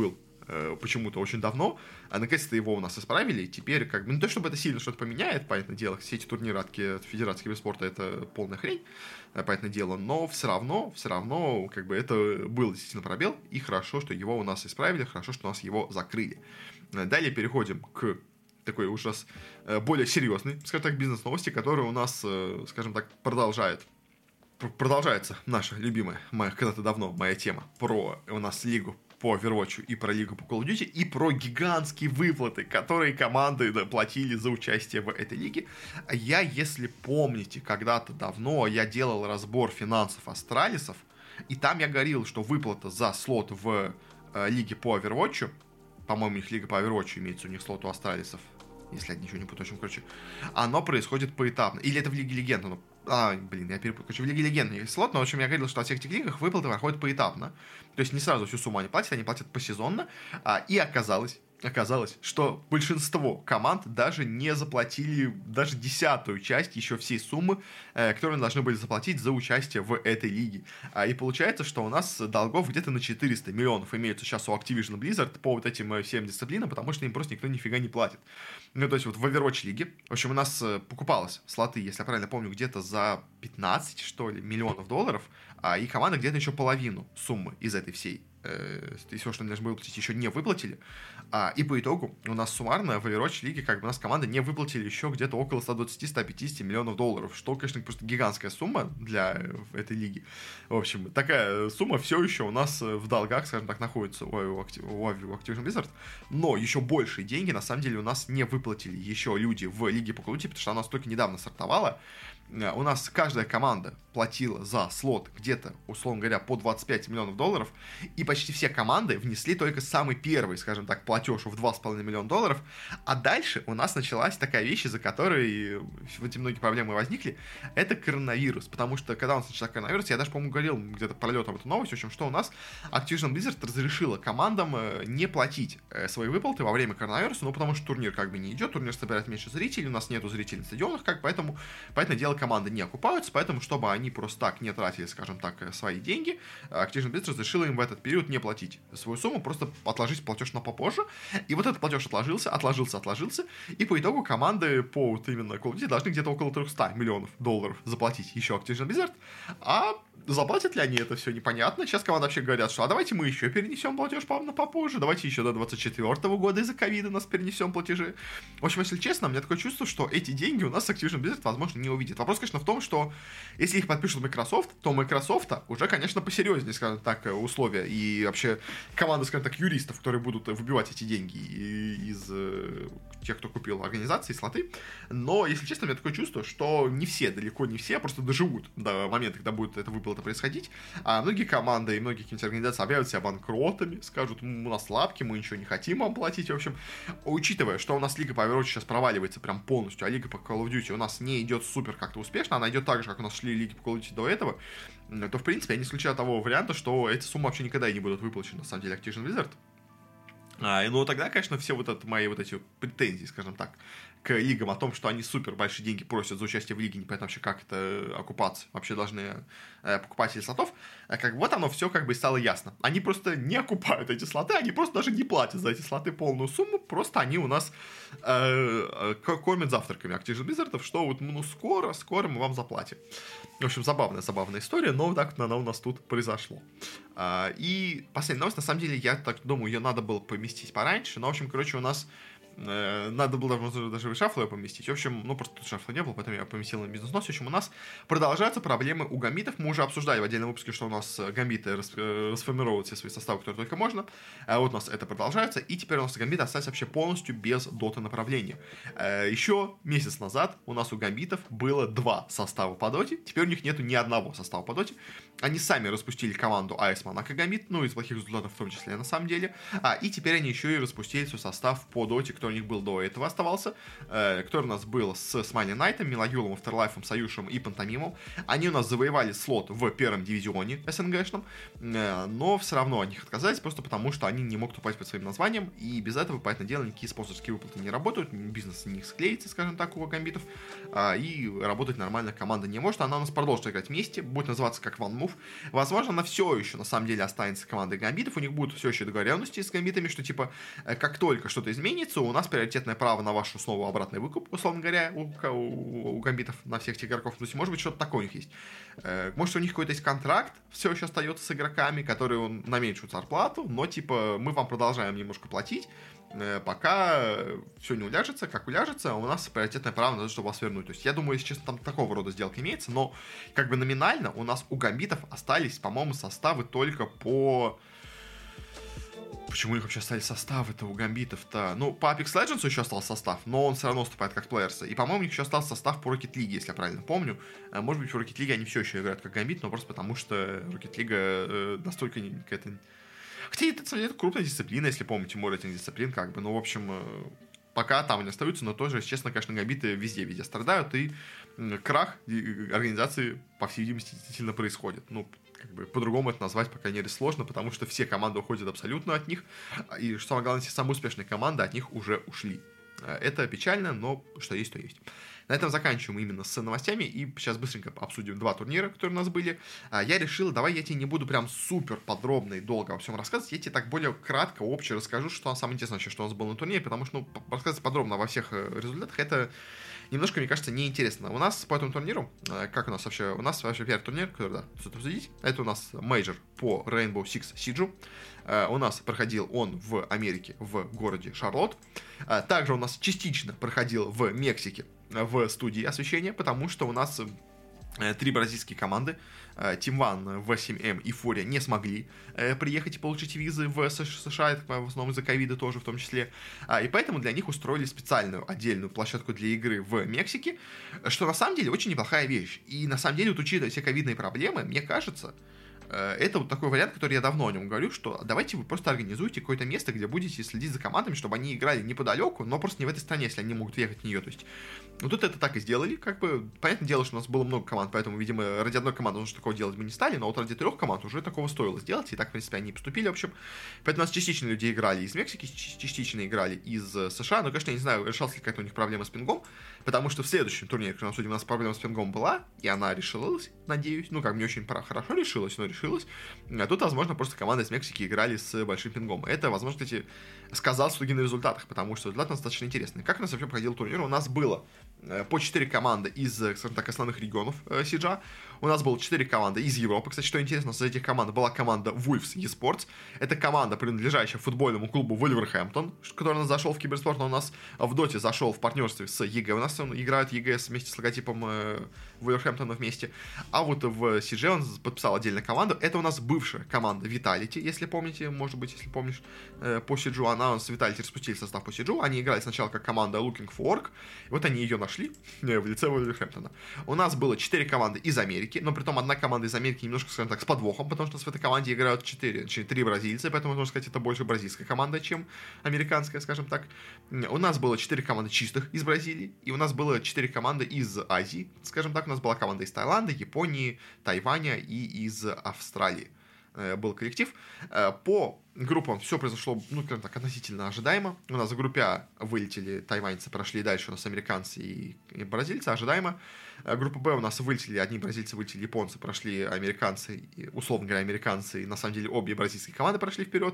почему-то очень давно. А наконец-то его у нас исправили. Теперь, как бы, не то чтобы это сильно что-то поменяет, понятное дело, все эти турниры от Федерации киберспорта это полная хрень, понятное дело, но все равно, как бы, это был действительно пробел, и хорошо, что его у нас исправили, хорошо, что у нас его закрыли. Далее переходим к такой уже более серьезной, скажем так, бизнес-новости, которая у нас, скажем так, продолжается наша любимая, когда-то давно моя тема про у нас лигу по Overwatch и про лигу по Call of Duty, и про гигантские выплаты, которые команды платили за участие в этой лиге. Я, если помните, когда-то давно я делал разбор финансов Астралисов, и там я говорил, что выплата за слот в лиге по Overwatch, по-моему, у них лига по Overwatch имеется, у них слот у Астралисов, если я ничего не путаю, в общем, короче, оно происходит поэтапно. Или это в Лиге Легенд, я перепутал. Короче, в Лиге Легенд есть слот, но, в общем, я говорил, что во всех этих лигах выплаты проходят поэтапно. То есть не сразу всю сумму они платят посезонно. И оказалось, что большинство команд даже не заплатили даже 10-ю часть еще всей суммы, которую они должны были заплатить за участие в этой лиге. И получается, что у нас долгов где-то на 400 миллионов имеются сейчас у Activision Blizzard по вот этим всем дисциплинам, потому что им просто никто нифига не платит. Ну, то есть вот в Overwatch лиге, в общем, у нас покупалось слоты, если я правильно помню, где-то за 15, что ли, миллионов долларов, и команда где-то еще половину суммы из этой всей и все, что они должны были выплатить, еще не выплатили. И по итогу у нас суммарно в Overwatch лиге как бы у нас команда не выплатили еще где-то около 120-150 миллионов долларов, что, конечно, просто гигантская сумма для этой лиги. В общем, такая сумма все еще у нас в долгах, скажем так, находится у Activision Blizzard, но еще большие деньги, на самом деле, у нас не выплатили еще люди в лиге по Call of Duty, потому что она только недавно стартовала. У нас каждая команда платила за слот где-то, условно говоря, по 25 миллионов долларов, и почти все команды внесли только самый первый, скажем так, платеж в 2,5 миллиона долларов, а дальше у нас началась такая вещь, из-за которой эти многие проблемы возникли, это коронавирус, потому что когда у нас начался коронавирус, я даже, по-моему, говорил где-то пролетом эту новость, в общем, что у нас Activision Blizzard разрешила командам не платить свои выплаты во время коронавируса, ну, потому что турнир как бы не идет, турнир собирает меньше зрителей, у нас нету зрителей на стадионах, поэтому, понятное дело, команды не окупаются, поэтому, чтобы они просто так не тратили, скажем так, свои деньги, Activision Blizzard разрешила им в этот период не платить свою сумму, просто отложить платеж на попозже. И вот этот платеж отложился, и по итогу команды по вот именно Call of Duty должны где-то около 300 миллионов долларов заплатить еще Activision Blizzard, а заплатят ли они это все непонятно. Сейчас команды вообще говорят, что давайте мы еще перенесем платеж на попозже, давайте еще до 2024 года из-за ковида нас перенесем платежи. В общем, если честно, у меня такое чувство, что эти деньги у нас Activision Blizzard, возможно, не увидит. Вопрос, конечно, в том, что если их подпишут Microsoft, то Microsoft уже, конечно, посерьезнее, скажем так, условия и вообще команда, скажем так, юристов, которые будут выбивать эти деньги из тех, кто купил организации, слоты. Но, если честно, у меня такое чувство, что далеко не все просто доживут до момента, когда будет эта выплата происходить. А многие команды и многие какие-нибудь организации объявят себя банкротами, скажут, у нас лапки, мы ничего не хотим вам платить. В общем, учитывая, что у нас лига по Overwatch сейчас проваливается прям полностью, а лига по Call of Duty у нас не идет супер как-то успешно, она идет так же, как у нас шли лиги по Call of Duty до этого, то, в принципе, я не исключаю того варианта, что эти суммы вообще никогда и не будут выплачены, на самом деле, Activision Blizzard. Ну, тогда, конечно, все мои эти претензии, скажем так, к лигам о том, что они супер большие деньги просят за участие в лиге, непонятно вообще, как это окупаться, вообще должны покупатели слотов, вот оно все как бы стало ясно. Они просто не окупают эти слоты, они просто даже не платят за эти слоты полную сумму, просто они у нас кормят завтраками Activision Blizzard, что вот, скоро мы вам заплатим. В общем, забавная история, но так вот она у нас тут произошло. И последняя новость, на самом деле, я так думаю, ее надо было поместить пораньше, но, в общем, короче, у нас надо было даже шафлы поместить. В общем, просто тут шафла не было, поэтому я поместил на бизнес-нос. В общем, у нас продолжаются проблемы у гамбитов. Мы уже обсуждали в отдельном выпуске, что у нас гамбиты расформировывают все свои составы, которые только можно. Вот у нас это продолжается. И теперь у нас гамбиты остались вообще полностью без дота направления. Еще месяц назад у нас у гамбитов было 2 состава по доте. Теперь у них нету ни одного состава по доте. Они сами распустили команду AS Monaco Gambit, из плохих результатов в том числе, на самом деле. И теперь они еще и распустили свой состав по доте, кто который у них был до этого, оставался, который у нас был с Смайли Найтом, Милагюлом, Afterlife, Союшем и Пантомимом. Они у нас завоевали слот в первом дивизионе СНГшном, но все равно от них отказались, просто потому что они не могут упасть под своим названием, и без этого, понятное дело, никакие спонсорские выплаты не работают, бизнес не склеится, скажем так, у гамбитов, и работать нормально команда не может. Она у нас продолжит играть вместе, будет называться как One Move. Возможно, она все еще, на самом деле, останется командой гамбитов, у них будут все еще договоренности с гамбитами, что, типа, как только что-то изменится, у нас приоритетное право на вашу снова обратный выкуп, условно говоря, у гамбитов на всех этих игроков. То есть, может быть, что-то такое у них есть. Может, у них какой-то есть контракт, все еще остается с игроками, которые на меньшую зарплату, но, типа, мы вам продолжаем немножко платить, пока все не уляжется. Как уляжется, у нас приоритетное право на то, чтобы вас вернуть. То есть, я думаю, если честно, там такого рода сделка имеется, но как бы номинально у нас у гамбитов остались, по-моему, составы только по... Почему у них вообще остались составы-то у гамбитов-то? Ну, по Apex Legends еще остался состав, но он все равно выступает как плеерсы. И, по-моему, у них еще остался состав по Rocket League, если я правильно помню. Может быть, в Rocket League они все еще играют как гамбит, но просто потому, что Rocket League настолько какая-то... Хотя это крупная дисциплина, если помните, мой рейтинг дисциплин, как бы. Ну, в общем, пока там они остаются, но тоже, если честно, конечно, гамбиты везде страдают, и крах организации, по всей видимости, действительно происходит. Ну, как бы по-другому это назвать, по крайней мере, сложно, потому что все команды уходят абсолютно от них, и, что самое главное, все самые успешные команды от них уже ушли. Это печально, но что есть, то есть. На этом заканчиваем именно с новостями, и сейчас быстренько обсудим два турнира, которые у нас были. Я решил, давай я тебе не буду прям супер подробно и долго обо всем рассказывать, я тебе так более кратко, общее расскажу, что самое интересное вообще, что у нас было на турнире, потому что, рассказывать подробно во всех результатах, это немножко, мне кажется, неинтересно. У нас по этому турниру, как у нас вообще первый турнир, который, да, стоит обсудить, это у нас мейджор по Rainbow Six Siege. У нас проходил он в Америке, в городе Шарлотт. Также у нас частично проходил в Мексике, в студии освещения, потому что у нас 3 бразильские команды, Team One, V7M и Фурия, не смогли приехать и получить визы в США, это, в основном из-за ковида тоже в том числе, и поэтому для них устроили специальную отдельную площадку для игры в Мексике, что на самом деле очень неплохая вещь. И на самом деле, вот, учитывая все ковидные проблемы, мне кажется, это вот такой вариант, который я давно о нем говорю, что давайте вы просто организуйте какое-то место, где будете следить за командами, чтобы они играли неподалеку, но просто не в этой стране, если они могут въехать в нее. То есть, ну тут это так и сделали, как бы, понятное дело, что у нас было много команд, поэтому, видимо, ради одной команды уже такого делать мы не стали, но вот ради 3 команд уже такого стоило сделать, и так, в принципе, они поступили, в общем. Поэтому у нас частично люди играли из Мексики, частично играли из США, но, конечно, я не знаю, решалась ли какая-то у них проблема с пингом, потому что в следующем турнире, который, судя, у нас проблема с пингом была, и она решилась, надеюсь, ну, как не очень хорошо решилась, но решилась. А тут, возможно, просто команды из Мексики играли с большим пингом. Это, возможно, кстати, сказалось в итоге на результатах, потому что результат у нас достаточно интересный. Как у нас вообще проходил турнир? У нас было по 4 команды из, скажем так, основных регионов Сиджа. У нас было 4 команды из Европы. Кстати, что интересно, среди этих команд была команда Wolves eSports. Это команда, принадлежащая футбольному клубу Вулверхэмптон, который у нас зашел в киберспорт, но у нас в доте зашел в партнерстве с ЕГЭ. У нас он играет ЕГЭ вместе с логотипом Вулверхэмптона вместе. А вот в Сидже он подписал отдельно команду. Это у нас бывшая команда Vitality, если помните, может быть, если помнишь, по Сиджу. Она с Vitality распустили состав по Сиджу. Они играли сначала как команда Looking for Org. И вот они ее нашли в лице Вулверхэмптона. У нас было 4 команды из Америки, но при том одна команда из Америки немножко, скажем так, с подвохом, потому что в этой команде играют 3 бразильца, поэтому, можно сказать, это больше бразильская команда, чем американская, скажем так. У нас было 4 команды чистых из Бразилии, и у нас было 4 команды из Азии, скажем так. У нас была команда из Таиланда, Японии, Тайваня и из Австралии. Был коллектив. По группам все произошло, ну, скажем так, относительно ожидаемо. У нас в группе А вылетели тайваньцы, прошли дальше у нас американцы и бразильцы, ожидаемо. Группа Б у нас вылетели, одни бразильцы вылетели, японцы, прошли американцы, условно говоря, американцы, и на самом деле обе бразильские команды прошли вперед.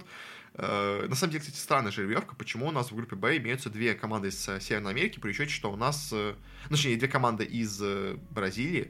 На самом деле, кстати, странная жеребьевка, почему у нас в группе Б имеются 2 команды из Северной Америки, при учете, что у нас, ну, точнее, 2 команды из Бразилии,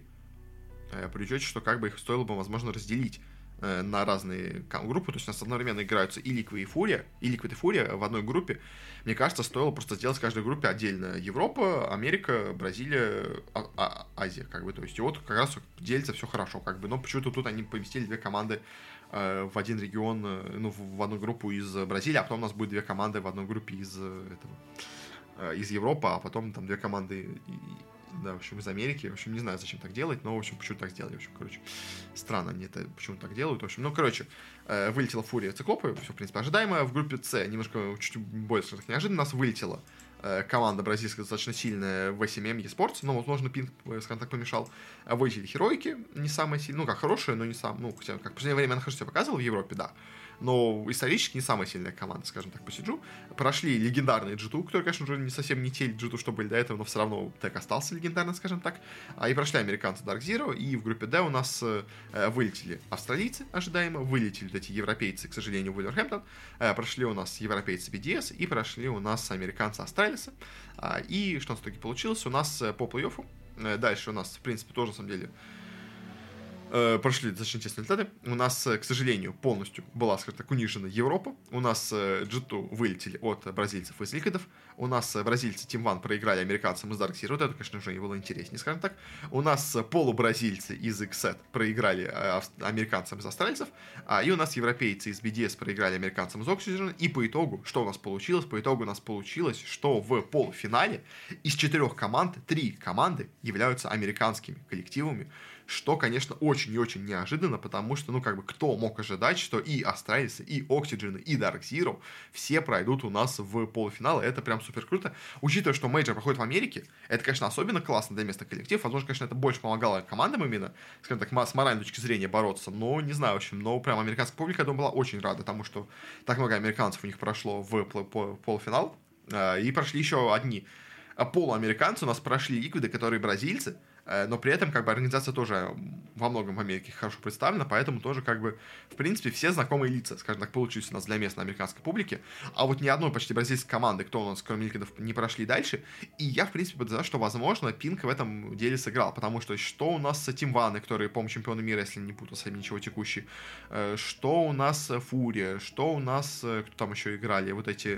при учете, что как бы их стоило бы, возможно, разделить на разные группы, то есть у нас одновременно играются и Liquid и Фурия в одной группе. Мне кажется, стоило просто сделать в каждой группе отдельно Европа, Америка, Бразилия, Азия, как бы, то есть и вот как раз делится все хорошо, как бы, но почему-то тут они поместили 2 команды в один регион, ну, в одну группу из Бразилии, а потом у нас будет 2 команды в одной группе из Европы, а потом там 2 команды да, в общем, из Америки. В общем, не знаю, зачем так делать, но, в общем, почему так сделали. В общем, короче, странно они это почему так делают. В общем, ну, короче, вылетела Фурия Циклопы, все, в принципе, ожидаемо. В группе С немножко чуть больше, скажем так, неожиданно у нас вылетела команда бразильская достаточно сильная в SMM eSports, но, возможно, пинг, скажем так, помешал. Вылетели Херойки, не самые сильные, ну, как хорошие, но не самые, ну, хотя, как в последнее время она хорошо себя показывала в Европе, да. Но исторически не самая сильная команда, скажем так, по Сиджу. Прошли легендарные G2, которые, конечно, уже не совсем не те G2, что были до этого, но все равно так остался легендарным, скажем так. И прошли американцы Dark Zero, и в группе D у нас вылетели австралийцы, ожидаемо, вылетели вот эти европейцы, к сожалению, Вулверхэмптон, прошли у нас европейцы BDS, и прошли у нас американцы Астралиса. И что у нас в итоге получилось? У нас по плей-оффу, дальше у нас, в принципе, тоже, на самом деле, прошли достаточно интересные результаты. У нас, к сожалению, полностью была, скажем так, унижена Европа. У нас G2 вылетели от бразильцев из Ликвидов. У нас бразильцы Team One проиграли американцам из Dark Zero. Вот это, конечно, уже не было интереснее, скажем так. У нас полубразильцы из XSET проиграли американцам из Астральцев. И у нас европейцы из BDS проиграли американцам из Oxygen. И по итогу, что у нас получилось? По итогу у нас получилось, что в полуфинале из 4 команд 3 команды являются американскими коллективами. Что, конечно, очень и очень неожиданно, потому что, ну, как бы, кто мог ожидать, что и Астралисы, и Oxygen, и Dark Zero все пройдут у нас в полуфинал, это прям супер круто. Учитывая, что мейджор проходит в Америке, это, конечно, особенно классно для местных коллективов, возможно, конечно, это больше помогало командам именно, скажем так, с моральной точки зрения бороться, но, не знаю, в общем, но прям американская публика, я думаю, была очень рада тому, что так много американцев у них прошло в полуфинал, и прошли еще одни полуамериканцы, у нас прошли Ликвиды, которые бразильцы, но при этом, как бы, организация тоже во многом в Америке хорошо представлена, поэтому тоже, как бы, в принципе, все знакомые лица, скажем так, получились у нас для местной американской публики, а вот ни одной почти бразильской команды, кто у нас, кроме Ликвидов, не прошли дальше, и я, в принципе, подозреваю, что, возможно, Пинк в этом деле сыграл, потому что у нас Team One, которые, по-моему, чемпионы мира, если не путался, ничего текущие, что у нас Фурия, что у нас, кто там еще играли, вот эти...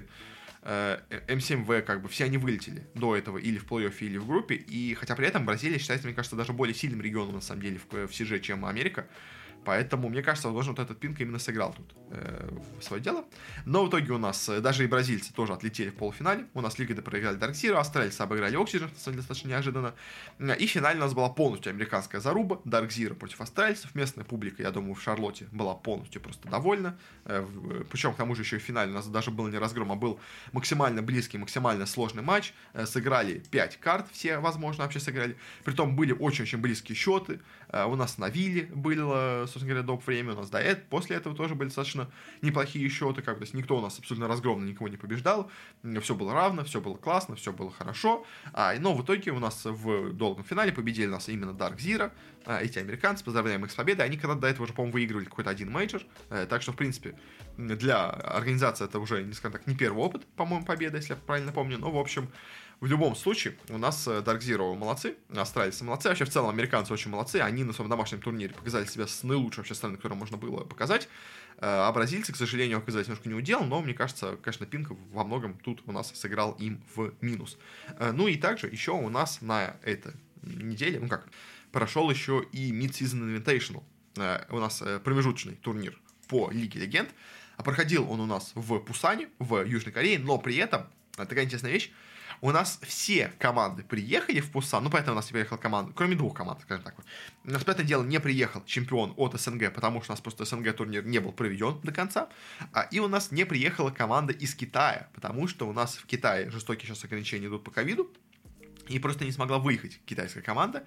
М7В, как бы, все они вылетели до этого или в плей-оффе, или в группе, и хотя при этом Бразилия считается, мне кажется, даже более сильным регионом, на самом деле, в СИЖ, чем Америка, поэтому, мне кажется, возможно, вот этот пинк именно сыграл тут свое дело. Но в итоге у нас даже и бразильцы тоже отлетели в полуфинале. У нас Ликвиды проиграли Dark Zero, Астральцы обыграли Oxygen, достаточно неожиданно. И в финале у нас была полностью американская заруба. Dark Zero против Астральцев. Местная публика, я думаю, в Шарлотте была полностью просто довольна. Причем, к тому же, еще и в финале у нас даже был не разгром, а был максимально близкий, максимально сложный матч. Сыграли 5 карт, все, возможно, вообще сыграли. Притом были очень-очень близкие счеты. У нас на Вилле было, собственно говоря, доп. Время. У нас до этого, после этого тоже были достаточно неплохие счеты. Как бы, то есть никто у нас абсолютно разгромно никого не побеждал. Все было равно, все было классно, все было хорошо. Но в итоге у нас в долгом финале победили нас именно Dark Zero. Эти американцы, поздравляем их с победой. Они когда-то до этого уже, по-моему, выигрывали какой-то один мейджор. Так что, в принципе, для организации это уже, скажем так, не первый опыт, по-моему, победа, если я правильно помню. Но, в общем, в любом случае, у нас Dark Zero молодцы, австралийцы молодцы, вообще в целом американцы очень молодцы, они на своем домашнем турнире показали себя с наилучшей вообще стороны, которую можно было показать, а бразильцы, к сожалению, оказались немножко не удел, но мне кажется, конечно, Пинк во многом тут у нас сыграл им в минус. Ну и также еще у нас на этой неделе, прошел еще и Mid-Season Invitational, у нас промежуточный турнир по Лиге Легенд, проходил он у нас в Пусане, в Южной Корее, но при этом, такая интересная вещь, у нас все команды приехали в Пусан, ну, поэтому у нас не приехала команда, кроме 2 команд, скажем так. У нас, по этому делу, не приехал чемпион от СНГ, потому что у нас просто СНГ-турнир не был проведен до конца, и у нас не приехала команда из Китая, потому что у нас в Китае жестокие сейчас ограничения идут по ковиду, и просто не смогла выехать китайская команда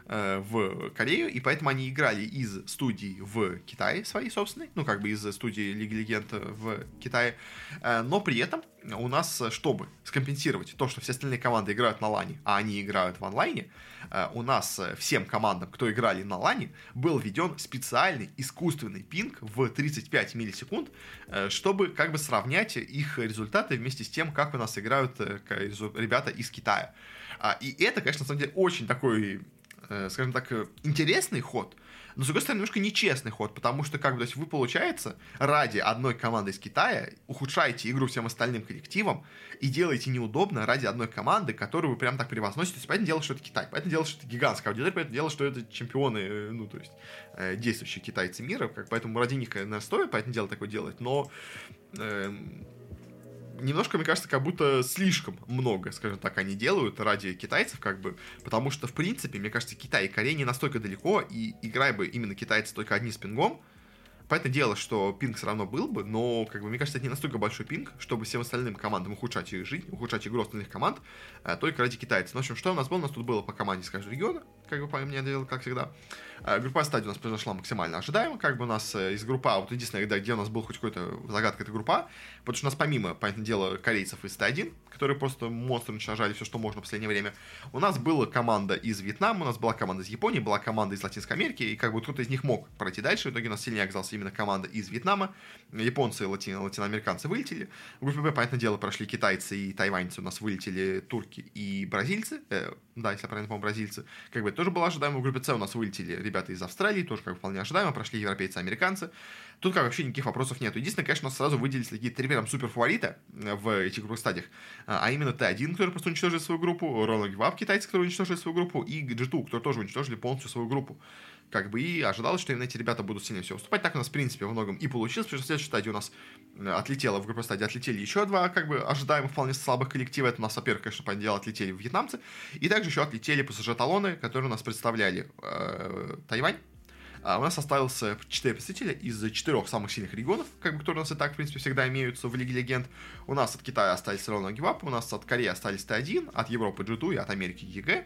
в Корею, и поэтому они играли из студий в Китае своей собственной, ну, как бы из студии Лиги Легенд в Китае, но при этом у нас, чтобы скомпенсировать то, что все остальные команды играют на лане, а они играют в онлайне, у нас всем командам, кто играли на лане, был введен специальный искусственный пинг в 35 миллисекунд, чтобы как бы сравнять их результаты вместе с тем, как у нас играют ребята из Китая. И это, конечно, на самом деле очень такой, скажем так, интересный ход, но, с другой стороны, немножко нечестный ход, потому что, как бы, то есть вы, получается, ради одной команды из Китая ухудшаете игру всем остальным коллективам и делаете неудобно ради одной команды, которую вы прям так превозносите. То есть, понятное дело, что это Китай, понятное дело, что это гигантская аудитория, понятное дело, что это чемпионы, ну, то есть, действующие китайцы мира, поэтому ради них, наверное, стоит, понятное дело, такое делать, но... немножко, мне кажется, как будто слишком много, скажем так, они делают ради китайцев, как бы, потому что, в принципе, мне кажется, Китай и Корея не настолько далеко, и играя бы именно китайцы только одни с пингом, понятное дело, что пинг все равно был бы, но, как бы, мне кажется, это не настолько большой пинг, чтобы всем остальным командам ухудшать их жизнь, ухудшать игру остальных команд, только ради китайцев. Ну, в общем, что у нас было? У нас тут было по команде из каждого региона, как бы, по мне делал, как всегда. Группа стадии у нас произошла максимально ожидаемо, как бы у нас из группы А, вот единственное, где у нас был хоть какой-то загадка, это группа А, потому что у нас помимо, понятное дело, корейцев из Т1, которые просто монстры уничтожали все, что можно в последнее время, у нас была команда из Вьетнама, у нас была команда из Японии, была команда из Латинской Америки, и как бы кто-то из них мог пройти дальше, в итоге у нас сильнее оказалась именно команда из Вьетнама, японцы и латиноамериканцы вылетели, в группе Б, понятное дело, прошли китайцы и тайваньцы, у нас вылетели турки и бразильцы, да, если я правильно помню, бразильцы, как бы это тоже было ожидаемо, в группе С у нас вылетели ребята из Австралии, тоже как бы вполне ожидаемо, прошли европейцы и американцы. Тут как вообще никаких вопросов нет. Единственное, конечно, у нас сразу выделились такие три прям супер фаворита в этих групповых стадиях, а именно Т1, который просто уничтожил свою группу, Roland Give Up, китайцы, которые уничтожили свою группу, и G2, которые тоже уничтожили полностью свою группу. Как бы и ожидалось, что именно эти ребята будут сильнее всего выступать. Так у нас, в принципе, во многом и получилось, потому что в следующей стадии у нас в групповой стадии отлетели еще два, как бы, ожидаемых вполне слабых коллектива. Это у нас, во-первых, конечно, понятное дело, отлетели вьетнамцы, и также еще отлетели ПСЖ-талоны, которые у нас представляли Тайвань. У нас осталось 4 представителя из 4 самых сильных регионов, как бы, которые у нас и так, в принципе, всегда имеются в Лиге Легенд. У нас от Китая остались Roland Give Up, у нас от Кореи остались Т1, от Европы G2 и от Америки ЕГЭ.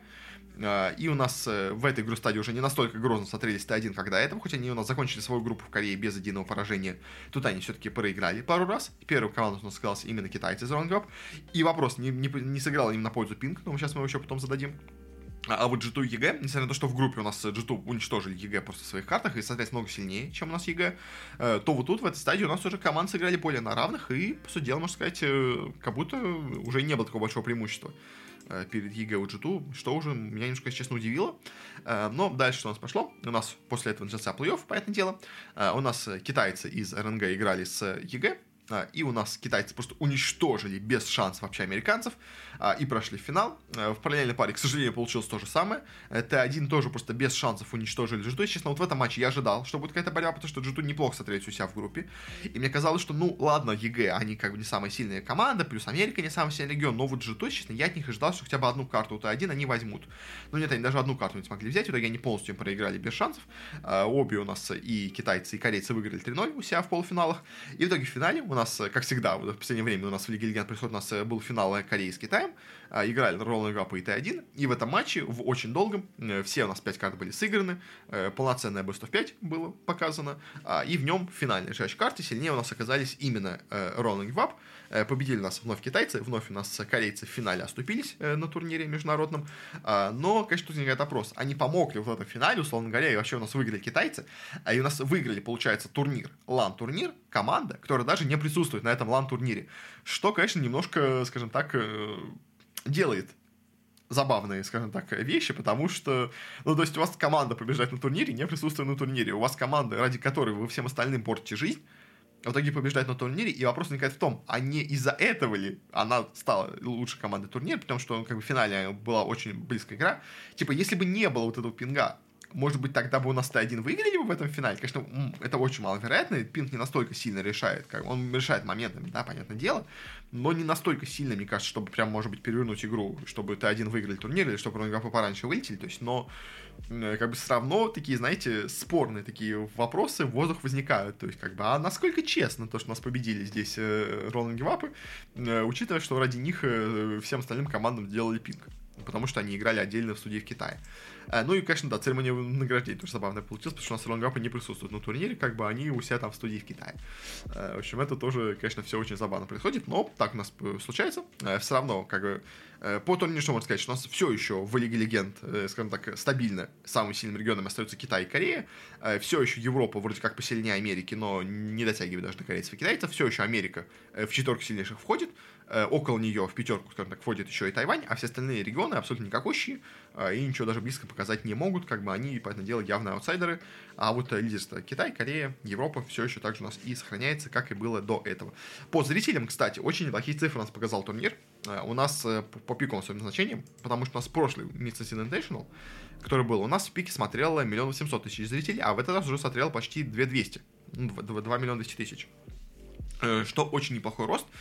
И у нас в этой игру стадии уже не настолько грозно смотрелись Т1, как до этого, хоть они у нас закончили свою группу в Корее без единого поражения. Тут они все-таки проиграли пару раз. Первую команду у нас сыгрался именно китайцы из Roland Give Up. И вопрос, не сыграл им на пользу пинг, но сейчас мы его еще потом зададим. А вот G2 и ЕГЭ, несмотря на то, что в группе у нас G2 уничтожили ЕГЭ просто в своих картах и, соответственно, много сильнее, чем у нас ЕГЭ, то вот тут, в этой стадии, у нас уже команды сыграли более на равных, и, по сути дела, можно сказать, как будто уже не было такого большого преимущества перед ЕГЭ у G2, что уже меня немножко, если честно, удивило. Но дальше что у нас пошло? У нас после этого начался плей-офф, понятное дело. У нас китайцы из РНГ играли с ЕГЭ, и у нас китайцы просто уничтожили без шансов вообще американцев и прошли в финал. В параллельной паре, к сожалению, получилось то же самое. Т1 тоже просто без шансов уничтожили G2. Честно, вот в этом матче я ожидал, что будет какая-то борьба, потому что G2 неплохо смотрелись у себя в группе. И мне казалось, что, ну, ладно, ЕГЭ, они как бы не самая сильная команда, плюс Америка не самый сильный регион, но вот G2, честно, я от них ожидал, что хотя бы одну карту у Т1 они возьмут. Ну нет, они даже одну карту не смогли взять, в итоге они полностью им проиграли без шансов. Обе у нас и китайцы, и корейцы выиграли 3-0 у себя в полуфиналах. И в итоге в финале у нас, как всегда, в последнее время у нас в Лиге Легенд происходит, у нас был финал Кореи с Китаем, играли Roland Give Up и Т1, и в этом матче, в очень долгом, все у нас 5 карт были сыграны, полноценное Best of 5 было показано, и в нем в финальной решающей карте сильнее у нас оказались именно Roland Give Up, победили нас вновь китайцы, вновь у нас корейцы в финале оступились на турнире международном, но, конечно, тут возникает вопрос, они помогли в этом финале, условно говоря, и вообще у нас выиграли китайцы, и у нас выиграли, получается, турнир, LAN-турнир, команда, которая даже не присутствует на этом LAN-турнире, что, конечно, немножко, скажем так, делает забавные, скажем так, вещи, потому что, ну, то есть у вас команда побеждает на турнире, не присутствует на турнире, у вас команда, ради которой вы всем остальным портите жизнь, в итоге побеждает на турнире, и вопрос возникает в том, а не из-за этого ли она стала лучшей командой турнира, потому что, как бы, в финале была очень близкая игра, типа, если бы не было вот этого пинга, может быть, тогда бы у нас Т1 выиграли бы в этом финале. Конечно, это очень маловероятно. Пинг не настолько сильно решает. Он решает моментами, да, понятное дело. Но не настолько сильно, мне кажется, чтобы прям, может быть, перевернуть игру, чтобы Т1 выиграли турнир, или чтобы Roland пораньше вылетели. То есть, но как бы все равно такие, знаете, спорные такие вопросы в воздух возникают. То есть, как бы, а насколько честно то, что нас победили здесь Roland Give Up, учитывая, что ради них всем остальным командам делали пинг. Потому что они играли отдельно в студии в Китае. Ну и, конечно, да, церемония награждения тоже забавно получилась, потому что у нас Roland не присутствуют на турнире, как бы они у себя там в студии в Китае. В общем, это тоже, конечно, все очень забавно происходит, но так у нас случается. Все равно, как бы, по турниру, что можно сказать, что у нас все еще в Лиге Легенд, скажем так, стабильно самым сильным регионом остаются Китай и Корея. Все еще Европа вроде как посильнее Америки, но не дотягивает даже до корейцев и китайцев. Все еще Америка в четверку сильнейших входит. Около нее в пятерку, скажем так, входит еще и Тайвань, а все остальные регионы абсолютно никакущие и ничего даже близко показать не могут, как бы они, понятное дело, явные аутсайдеры, а вот лидерство Китай, Корея, Европа все еще также у нас и сохраняется, как и было до этого. По зрителям, кстати, очень неплохие цифры у нас показал турнир, у нас по пиковым своим значениям, потому что у нас прошлый Mid-Season Invitational, который был, у нас в пике смотрело 1 800 000 зрителей, а в этот раз уже смотрело почти 2 200, 2 200 000, что очень неплохой рост.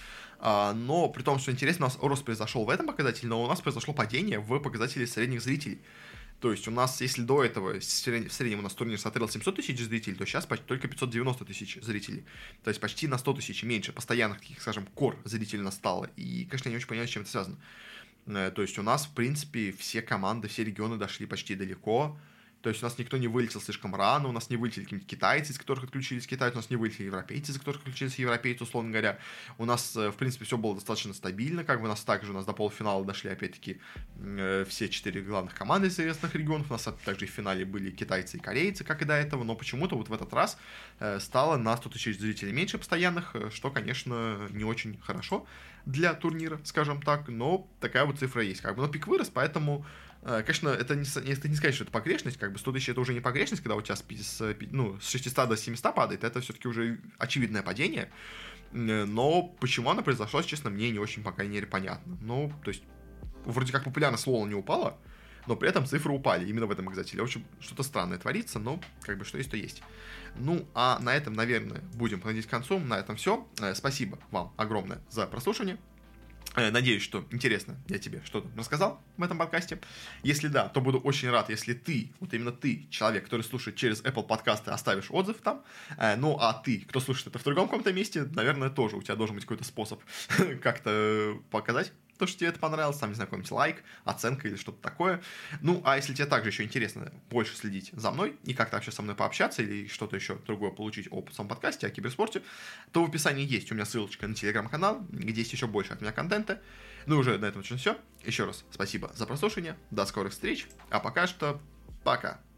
Но при том, что интересно, у нас рост произошел в этом показателе, но у нас произошло падение в показателе средних зрителей. То есть у нас, если до этого в среднем у нас турнир смотрел 700 тысяч зрителей, то сейчас почти только 590 тысяч зрителей. То есть почти на 100 тысяч меньше постоянных таких, скажем, кор зрителей у нас стало. И, конечно, я не очень понимаю, с чем это связано. То есть у нас, в принципе, все команды, все регионы дошли почти далеко. То есть у нас никто не вылетел слишком рано, у нас не вылетели какие-нибудь китайцы, из которых отключились китайцы, у нас не вылетели европейцы, из которых отключились европейцы, условно говоря. У нас, в принципе, все было достаточно стабильно, как бы у нас до полуфинала дошли, опять-таки, все 4 главных команды из известных регионов, у нас также и в финале были китайцы и корейцы, как и до этого, но почему-то вот в этот раз стало на 100 тысяч зрителей меньше постоянных, что, конечно, не очень хорошо для турнира, скажем так, но такая вот цифра есть, как бы, но пик вырос, поэтому... Конечно, это не сказать, что это погрешность, как бы 100 тысяч это уже не погрешность, когда у тебя с 600 до 700 падает, это все-таки уже очевидное падение, но почему оно произошло, честно, мне не очень, по крайней мере, понятно. Ну, то есть, вроде как популярность Лола не упала, но при этом цифры упали именно в этом показателе. В общем, что-то странное творится, но как бы что есть, то есть. Ну, а на этом, наверное, будем подходить к концу. На этом все. Спасибо вам огромное за прослушивание. Надеюсь, что интересно я тебе что-то рассказал в этом подкасте. Если да, то буду очень рад, если ты, вот именно ты, человек, который слушает через Apple подкасты, оставишь отзыв там. Ну, а ты, кто слушает это в другом каком-то месте, наверное, тоже у тебя должен быть какой-то способ как-то показать то, что тебе это понравилось, там, не знаю, какой-нибудь лайк, оценка или что-то такое. Ну, а если тебе также еще интересно больше следить за мной и как-то вообще со мной пообщаться или что-то еще другое получить о самом подкасте, о киберспорте, то в описании есть у меня ссылочка на телеграм-канал, где есть еще больше от меня контента. Ну, уже на этом все. Еще раз спасибо за прослушивание, до скорых встреч, а пока что пока.